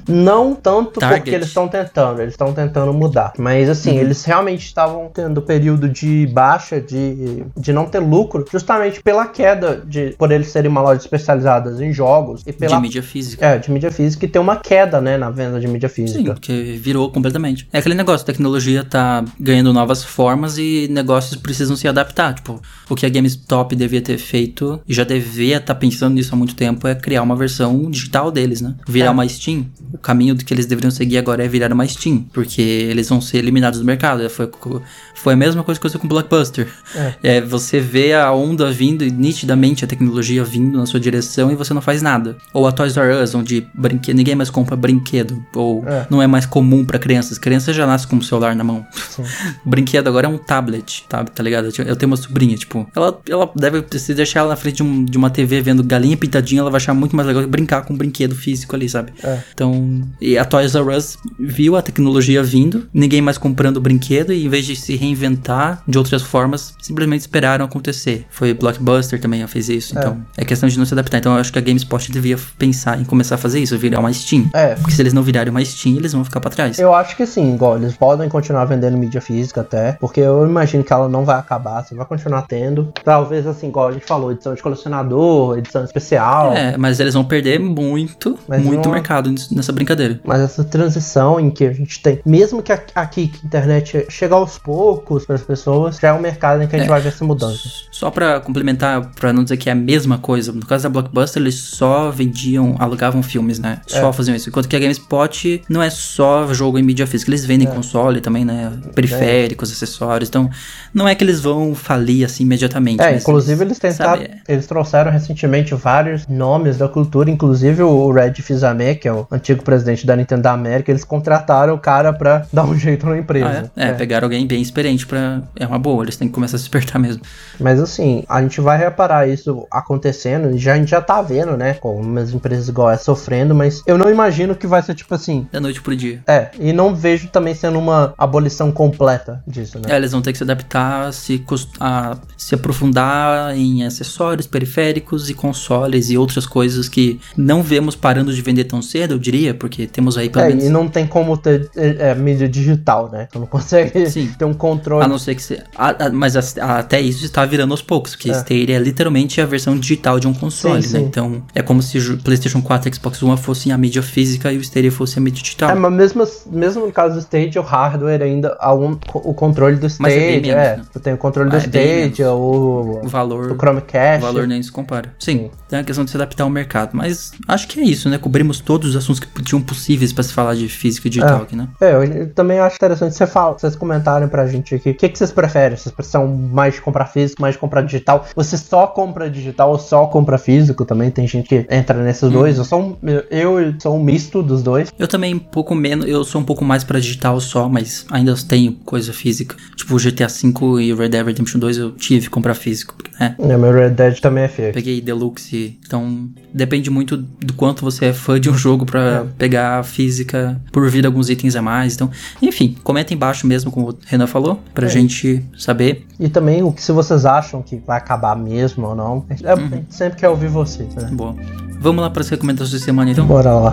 Não tanto Target. porque eles estão tentando, eles estão tentando mudar. Mas assim, uhum. eles realmente estavam tendo período de baixa, de, de não ter lucro, justamente pela queda, de por eles serem uma loja especializada em jogos. E pela, de mídia física. É, de mídia física e ter uma queda, né, na venda de mídia física. Sim, porque virou completamente. É aquele negócio, a tecnologia tá ganhando novas formas e negócios precisam se adaptar. Tipo, o que a GameStop devia ter feito, e já devia estar tá pensando nisso há muito tempo, é criar uma versão digital deles, né? Virar é. uma Steam. O caminho que eles deveriam seguir agora é virar uma Steam, porque eles vão ser eliminados do mercado. Foi, foi a mesma coisa que aconteceu com o Blockbuster. É. É, você vê a onda vindo e nitidamente a tecnologia vindo na sua direção e você não faz nada. Ou a Toys R Us, onde brinque... ninguém mais compra brinquedo, ou é. não é mais comum pra crianças. Criança já nasce com o celular na mão. O brinquedo agora é um tablet, tá, tá ligado? Eu tenho uma sobrinha, tipo, ela, ela deve, se deixar ela na frente de, um, de uma T V vendo galinha pintadinha, ela vai achar muito mais legal que brincar com um brinquedo físico ali, sabe? É. Então, e a Toys R Us viu a tecnologia vindo, ninguém mais comprando brinquedo, e em vez de se reinventar de outras formas, simplesmente esperaram acontecer. Foi Blockbuster também fez isso, é. Então é questão de não se adaptar. Então eu acho que a GameSpot devia pensar em começar a fazer isso, virar uma Steam. É. Porque se eles não virarem uma Steam, eles vão ficar pra trás. Eu acho que sim, igual, eles podem continuar vendendo mídia física até, porque eu imagino que ela não vai acabar, você vai continuar tendo. Talvez assim, igual a gente falou, edição de colecionador, edição especial. É, mas eles vão perder muito, mas muito não... mercado nessa brincadeira. Mas essa transição em que a gente tem, mesmo que aqui que a internet chega aos poucos para as pessoas, já é um mercado em que a gente é. vai ver essa mudança. Só pra complementar, pra não dizer que é a mesma coisa, no caso da Blockbuster, eles só vendiam, alugavam filmes, né? Só é. faziam isso. Enquanto que a GameSpot não é só jogo em mídia física, eles vendem é. console também, né? Periféricos, é. acessórios. Então, não é que eles vão falir assim imediatamente. É, inclusive eles, eles tentaram, sabe, eles trouxeram recentemente vários nomes da cultura, inclusive o Red Fils-Aimé, que é o antigo presidente da Nintendo da América, eles contrataram o cara pra dar um jeito na empresa. Ah, é? É, é, pegaram alguém bem experiente pra... É uma boa, eles têm que começar a se despertar mesmo. Mas assim, a gente vai reparar isso acontecendo, já, a gente já tá vendo, né, com umas empresas igual essa sofrendo, mas eu não imagino que vai ser tipo assim... Da noite pro dia. É, e não vejo também sendo uma abolição completa disso, né? É, eles vão ter que se adaptar, se, a, se aprofundar em acessórios, periféricos e consoles e outras coisas que não vemos parando de vender tão cedo, eu diria, porque temos aí pelo é, menos... e não tem como ter é, mídia digital, né? Você não consegue Sim. ter um controle... A não ser que você... A, a, mas a, a, até isso está virando aos poucos, porque é. Stadia é literalmente a versão digital de um console, sim, né? Sim. Então, é como se o PlayStation quatro e Xbox One fossem a mídia física e o Stadia fosse a mídia digital. É, mas mesmo, mesmo no caso do Stadia, o hardware ainda... Um, o controle do Stadia, é, menos, é. Né? Tu tem o controle do ah, Stadia, é o... O valor... O Chromecast. O valor nem se compara. Sim, tem a questão de se adaptar ao mercado, mas acho que é isso, né? Cobrimos todos os assuntos que podiam possíveis pra se falar de física e digital é. aqui, né? É, eu também acho interessante você fala, vocês comentarem pra gente aqui. O que, que vocês preferem? Vocês são mais de comprar físico, mais de comprar digital? Você só compra digital ou só compra físico? Também tem gente que entra nesses hum. dois. Eu sou, um, eu sou um misto dos dois. Eu também um pouco menos, eu sou um pouco mais pra digital só, mas ainda tenho coisa física. Tipo o G T A cinco e o Red Dead Redemption dois eu tive que comprar físico, né? É, meu Red Dead também é feio. Peguei Deluxe, então depende muito do quanto você é fã de um jogo pra é. pegar a física por vir alguns itens a mais. Então, enfim, comenta embaixo mesmo, como o Renan falou, pra é. gente saber. E também o que se vocês acham que vai acabar mesmo ou não. É, uhum. A gente sempre quer ouvir vocês, né? Boa. Vamos lá para as recomendações de semana, então? Bora lá.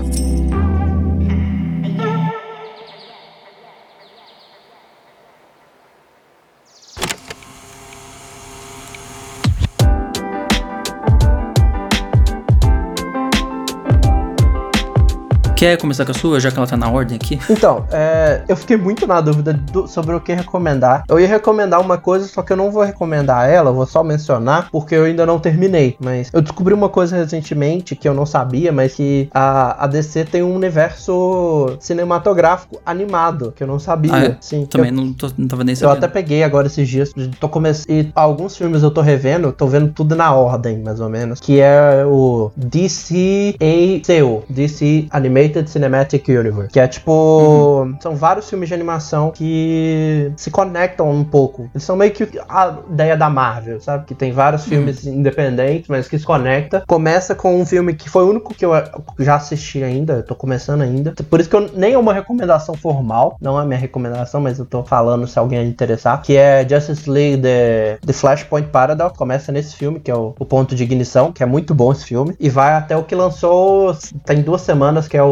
Quer começar com a sua, já que ela tá na ordem aqui? Então, é, eu fiquei muito na dúvida do, sobre o que recomendar. Eu ia recomendar uma coisa, só que eu não vou recomendar ela, eu vou só mencionar, porque eu ainda não terminei. Mas eu descobri uma coisa recentemente que eu não sabia, mas que a, a D C tem um universo cinematográfico animado, que eu não sabia. Ah, é? Sim, Também eu, não, tô, não tava nem sabendo. Eu até peguei agora esses dias, tô começando, e alguns filmes eu tô revendo, tô vendo tudo na ordem, mais ou menos, que é o D C A C U, D C Animated Cinematic Universe, que é tipo, uhum. são vários filmes de animação que se conectam um pouco. Eles são meio que a ideia da Marvel, sabe? Que tem vários uhum. filmes independentes, mas que se conecta. Começa com um filme que foi o único que eu já assisti ainda, eu tô começando ainda. Por isso que eu, nem é uma recomendação formal, não é minha recomendação, mas eu tô falando se alguém interessar, que é Justice League The, The Flashpoint Paradox. Começa nesse filme, que é o, o Ponto de Ignição, que é muito bom esse filme, e vai até o que lançou tem duas semanas, que é o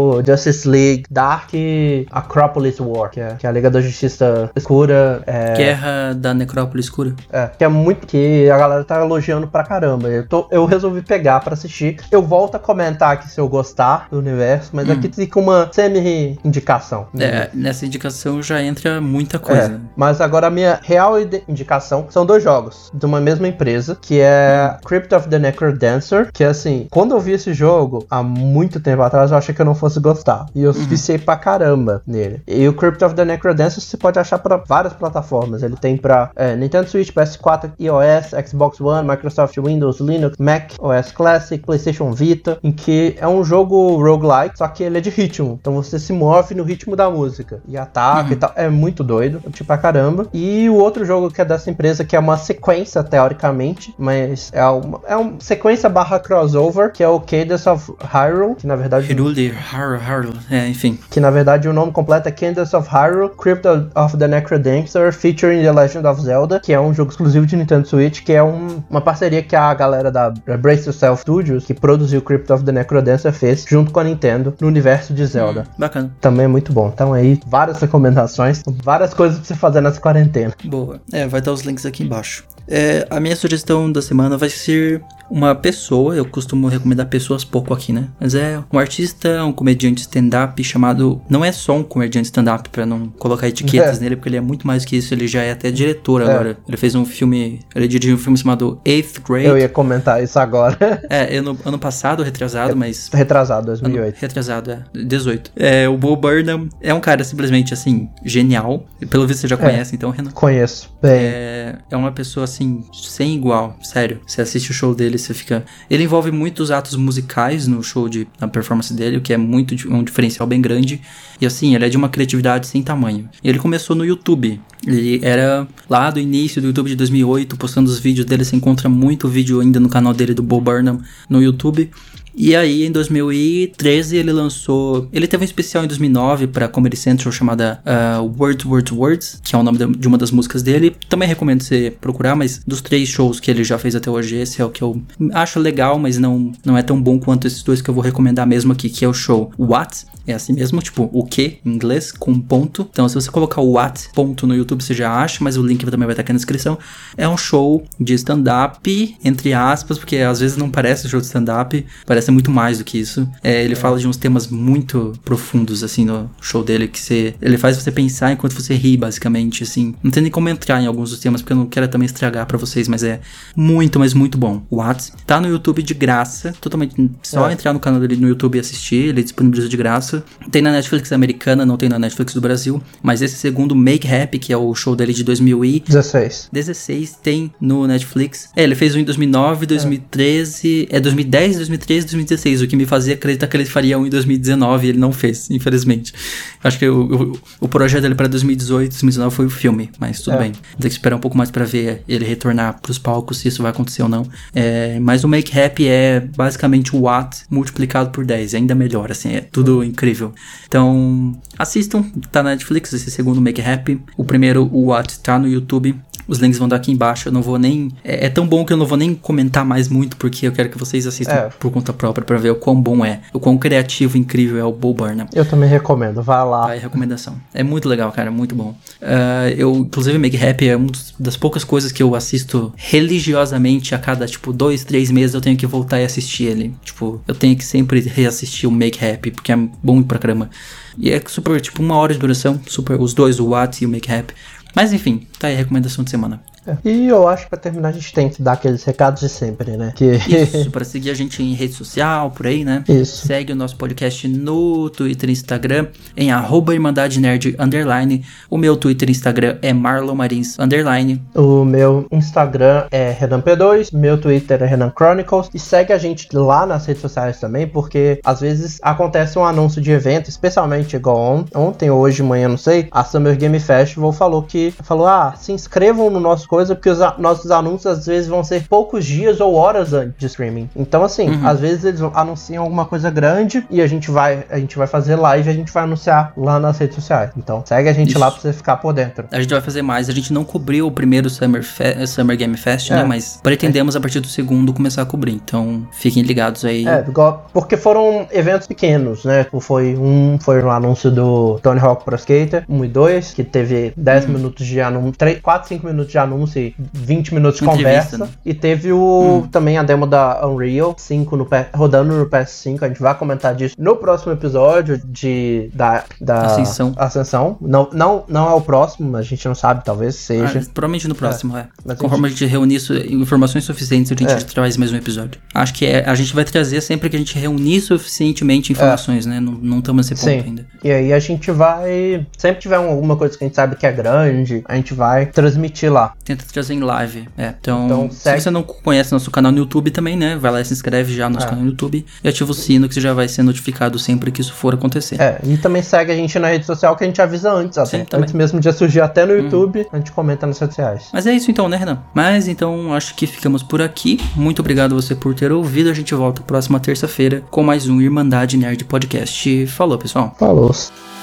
o Justice League Dark Acropolis War, que é, que é a Liga da Justiça Escura. É, Guerra da Necrópole Escura. É, que é muito que a galera tá elogiando pra caramba. Eu, tô, eu resolvi pegar pra assistir. Eu volto a comentar aqui se eu gostar do universo, mas hum. aqui fica uma semi-indicação. É, nessa indicação já entra muita coisa. É, mas agora a minha real indicação são dois jogos de uma mesma empresa, que é Crypt of the Necrodancer, que assim, quando eu vi esse jogo, há muito tempo atrás, eu achei que eu não fosse gostar. E eu uhum. viciei pra caramba nele. E o Crypt of the Necrodancer você pode achar pra várias plataformas. Ele tem pra é, Nintendo Switch, P S quatro, iOS, Xbox One, Microsoft Windows, Linux, Mac, O S Classic, PlayStation Vita, em que é um jogo roguelike, só que ele é de ritmo. Então você se move no ritmo da música e ataca uhum. e tal. É muito doido, tipo pra caramba. E o outro jogo que é dessa empresa, que é uma sequência, teoricamente, mas é uma, é uma sequência barra crossover, que é o Cadence of Hyrule, que na verdade... Hyrule, Hyrule, Hyrule, é, enfim. Que na verdade o nome completo é Cadence of Hyrule, Crypt of the Necrodancer, featuring The Legend of Zelda, que é um jogo exclusivo de Nintendo Switch, que é um, uma parceria que a galera da Brace Yourself Studios, que produziu Crypt of the Necrodancer, fez junto com a Nintendo no universo de Zelda. Hum, bacana. Também é muito bom. Então aí, várias recomendações, várias coisas pra você fazer nessa quarentena. Boa. É, vai estar os links aqui embaixo. É, a minha sugestão da semana vai ser uma pessoa, eu costumo recomendar pessoas pouco aqui, né? Mas é um artista, um comediante stand-up chamado... Não é só um comediante stand-up, pra não colocar etiquetas é. nele, porque ele é muito mais que isso, ele já é até diretor é. agora. Ele fez um filme, ele dirigiu um filme chamado Eighth Grade. Eu ia comentar isso agora. É, ano, ano passado, retrasado, é, mas... Retrasado, dois mil e oito. Ano, retrasado, é, dezoito. É, o Bo Burnham é um cara simplesmente, assim, genial. Pelo visto você já conhece, é, então, Renan? Conheço, bem. É, é uma pessoa, assim, sem igual, sério. Você assiste o show dele, você fica... Ele envolve muitos atos musicais no show, de, na performance dele, o que é muito um diferencial bem grande. E assim, ele é de uma criatividade sem tamanho. E ele começou no YouTube. Ele era lá do início do YouTube de dois mil e oito, postando os vídeos dele. Você encontra muito vídeo ainda no canal dele, do Bo Burnham, no YouTube. E aí, em dois mil e treze, ele lançou... Ele teve um especial em dois mil e nove pra Comedy Central chamada uh, Words, Words, Words, que é o nome de uma das músicas dele. Também recomendo você procurar, mas dos três shows que ele já fez até hoje, esse é o que eu acho legal, mas não, não é tão bom quanto esses dois que eu vou recomendar mesmo aqui, que é o show What? É assim mesmo, tipo, o que, em inglês, com ponto. Então, se você colocar o What, ponto no YouTube, você já acha, mas o link também vai estar aqui na descrição. É um show de stand-up, entre aspas, porque às vezes não parece um show de stand-up, parece muito mais do que isso. É, ele é. fala de uns temas muito profundos, assim, no show dele, que você, ele faz você pensar enquanto você ri, basicamente, assim. Não tem nem como entrar em alguns dos temas, porque eu não quero também estragar pra vocês, mas é muito, mas muito bom. What? Tá no YouTube de graça, totalmente, só é. entrar no canal dele no YouTube e assistir, ele disponibiliza de graça. Tem na Netflix americana, não tem na Netflix do Brasil, mas esse segundo, Make Happy, que é o show dele de dois mil e dezesseis, tem no Netflix. É, ele fez um em dois mil e nove, dois mil e treze, é, é dois mil e dez, dois mil e treze, dois mil e dezesseis, o que me fazia acreditar que ele faria um em dois mil e dezenove, e ele não fez, infelizmente. Acho que o, o, o projeto dele para dois mil e dezoito, dois mil e dezenove foi o filme, mas tudo é. bem. Tem que esperar um pouco mais para ver ele retornar pros palcos, se isso vai acontecer ou não. É, mas o Make Happy é basicamente o What multiplicado por dez, ainda melhor, assim, é tudo incrível. Então, assistam, tá na Netflix, esse segundo Make Happy. O primeiro, o What, tá no YouTube. Os links vão dar aqui embaixo, eu não vou nem... É, é tão bom que eu não vou nem comentar mais muito, porque eu quero que vocês assistam é. por conta própria pra ver o quão bom é, o quão criativo e incrível é o Bo Burnham. Eu também recomendo, vai lá. Vai, recomendação. É muito legal, cara, muito bom. Uh, eu, inclusive, Make Happy é uma das poucas coisas que eu assisto religiosamente a cada, tipo, dois, três meses eu tenho que voltar e assistir ele. Tipo, eu tenho que sempre reassistir o Make Happy, porque é bom pra caramba. E é super, tipo, uma hora de duração, super, os dois, o What e o Make Happy. Mas enfim, tá aí a recomendação de semana. É. E eu acho que pra terminar a gente tem que dar aqueles recados de sempre, né? Que... Isso, pra seguir a gente em rede social, por aí, né? Isso. Segue o nosso podcast no Twitter e Instagram, em arroba Irmandade Nerd, underline. O meu Twitter e Instagram é Marlon Marins, underline. O meu Instagram é Renan P dois, meu Twitter é Renan Chronicles. E segue a gente lá nas redes sociais também, porque às vezes acontece um anúncio de evento, especialmente igual on- ontem ou hoje de manhã, não sei, a Summer Game Festival falou que, falou, ah, falar, se inscrevam no nosso coisa, porque os a- nossos anúncios às vezes vão ser poucos dias ou horas antes de streaming. Então assim, Uhum. às vezes eles anunciam alguma coisa grande e a gente vai, a gente vai fazer live e a gente vai anunciar lá nas redes sociais. Então segue a gente Isso. lá pra você ficar por dentro. A gente vai fazer mais. A gente não cobriu o primeiro Summer, Fe- Summer Game Fest, É. né? Mas pretendemos a partir do segundo começar a cobrir. Então fiquem ligados aí. É, igual- porque foram eventos pequenos, né? Foi um, foi o anúncio do Tony Hawk Pro Skater um e dois, que teve dez Hum. minutos de anúncio, quatro, cinco minutos de anúncio e vinte minutos de Entrevista, conversa. né? E teve o Hum. também a demo da Unreal cinco no P- rodando no P S cinco. A gente vai comentar disso no próximo episódio de, da, da Ascensão. Ascensão. Não, não, não é o próximo, a gente não sabe, talvez seja. Ah, provavelmente no próximo, é. Mas a Conforme a gente reunir su- informações suficientes, a gente É. traz mais um episódio. Acho que é, a gente vai trazer sempre que a gente reunir suficientemente informações, né? Não estamos nesse ponto Sim. ainda. E aí a gente vai. Sempre tiver um- alguma coisa que a gente sabe que é grande, a gente vai transmitir lá. Tenta trazer em live. É. Então, Então, se segue- você não conhece nosso canal no YouTube também, né? Vai lá e se inscreve já no nosso É. canal no YouTube e ativa o sino que você já vai ser notificado sempre que isso for acontecer. É, e também segue a gente na rede social que a gente avisa antes, até. Sim, também. Antes mesmo de surgir até no YouTube, a gente comenta nas redes sociais. Mas é isso então, né, Renan? Mas então acho que ficamos por aqui. Muito obrigado a você por ter ouvido. A gente volta próxima terça-feira com mais um Irmandade Nerd Podcast. Falou, pessoal. Falou.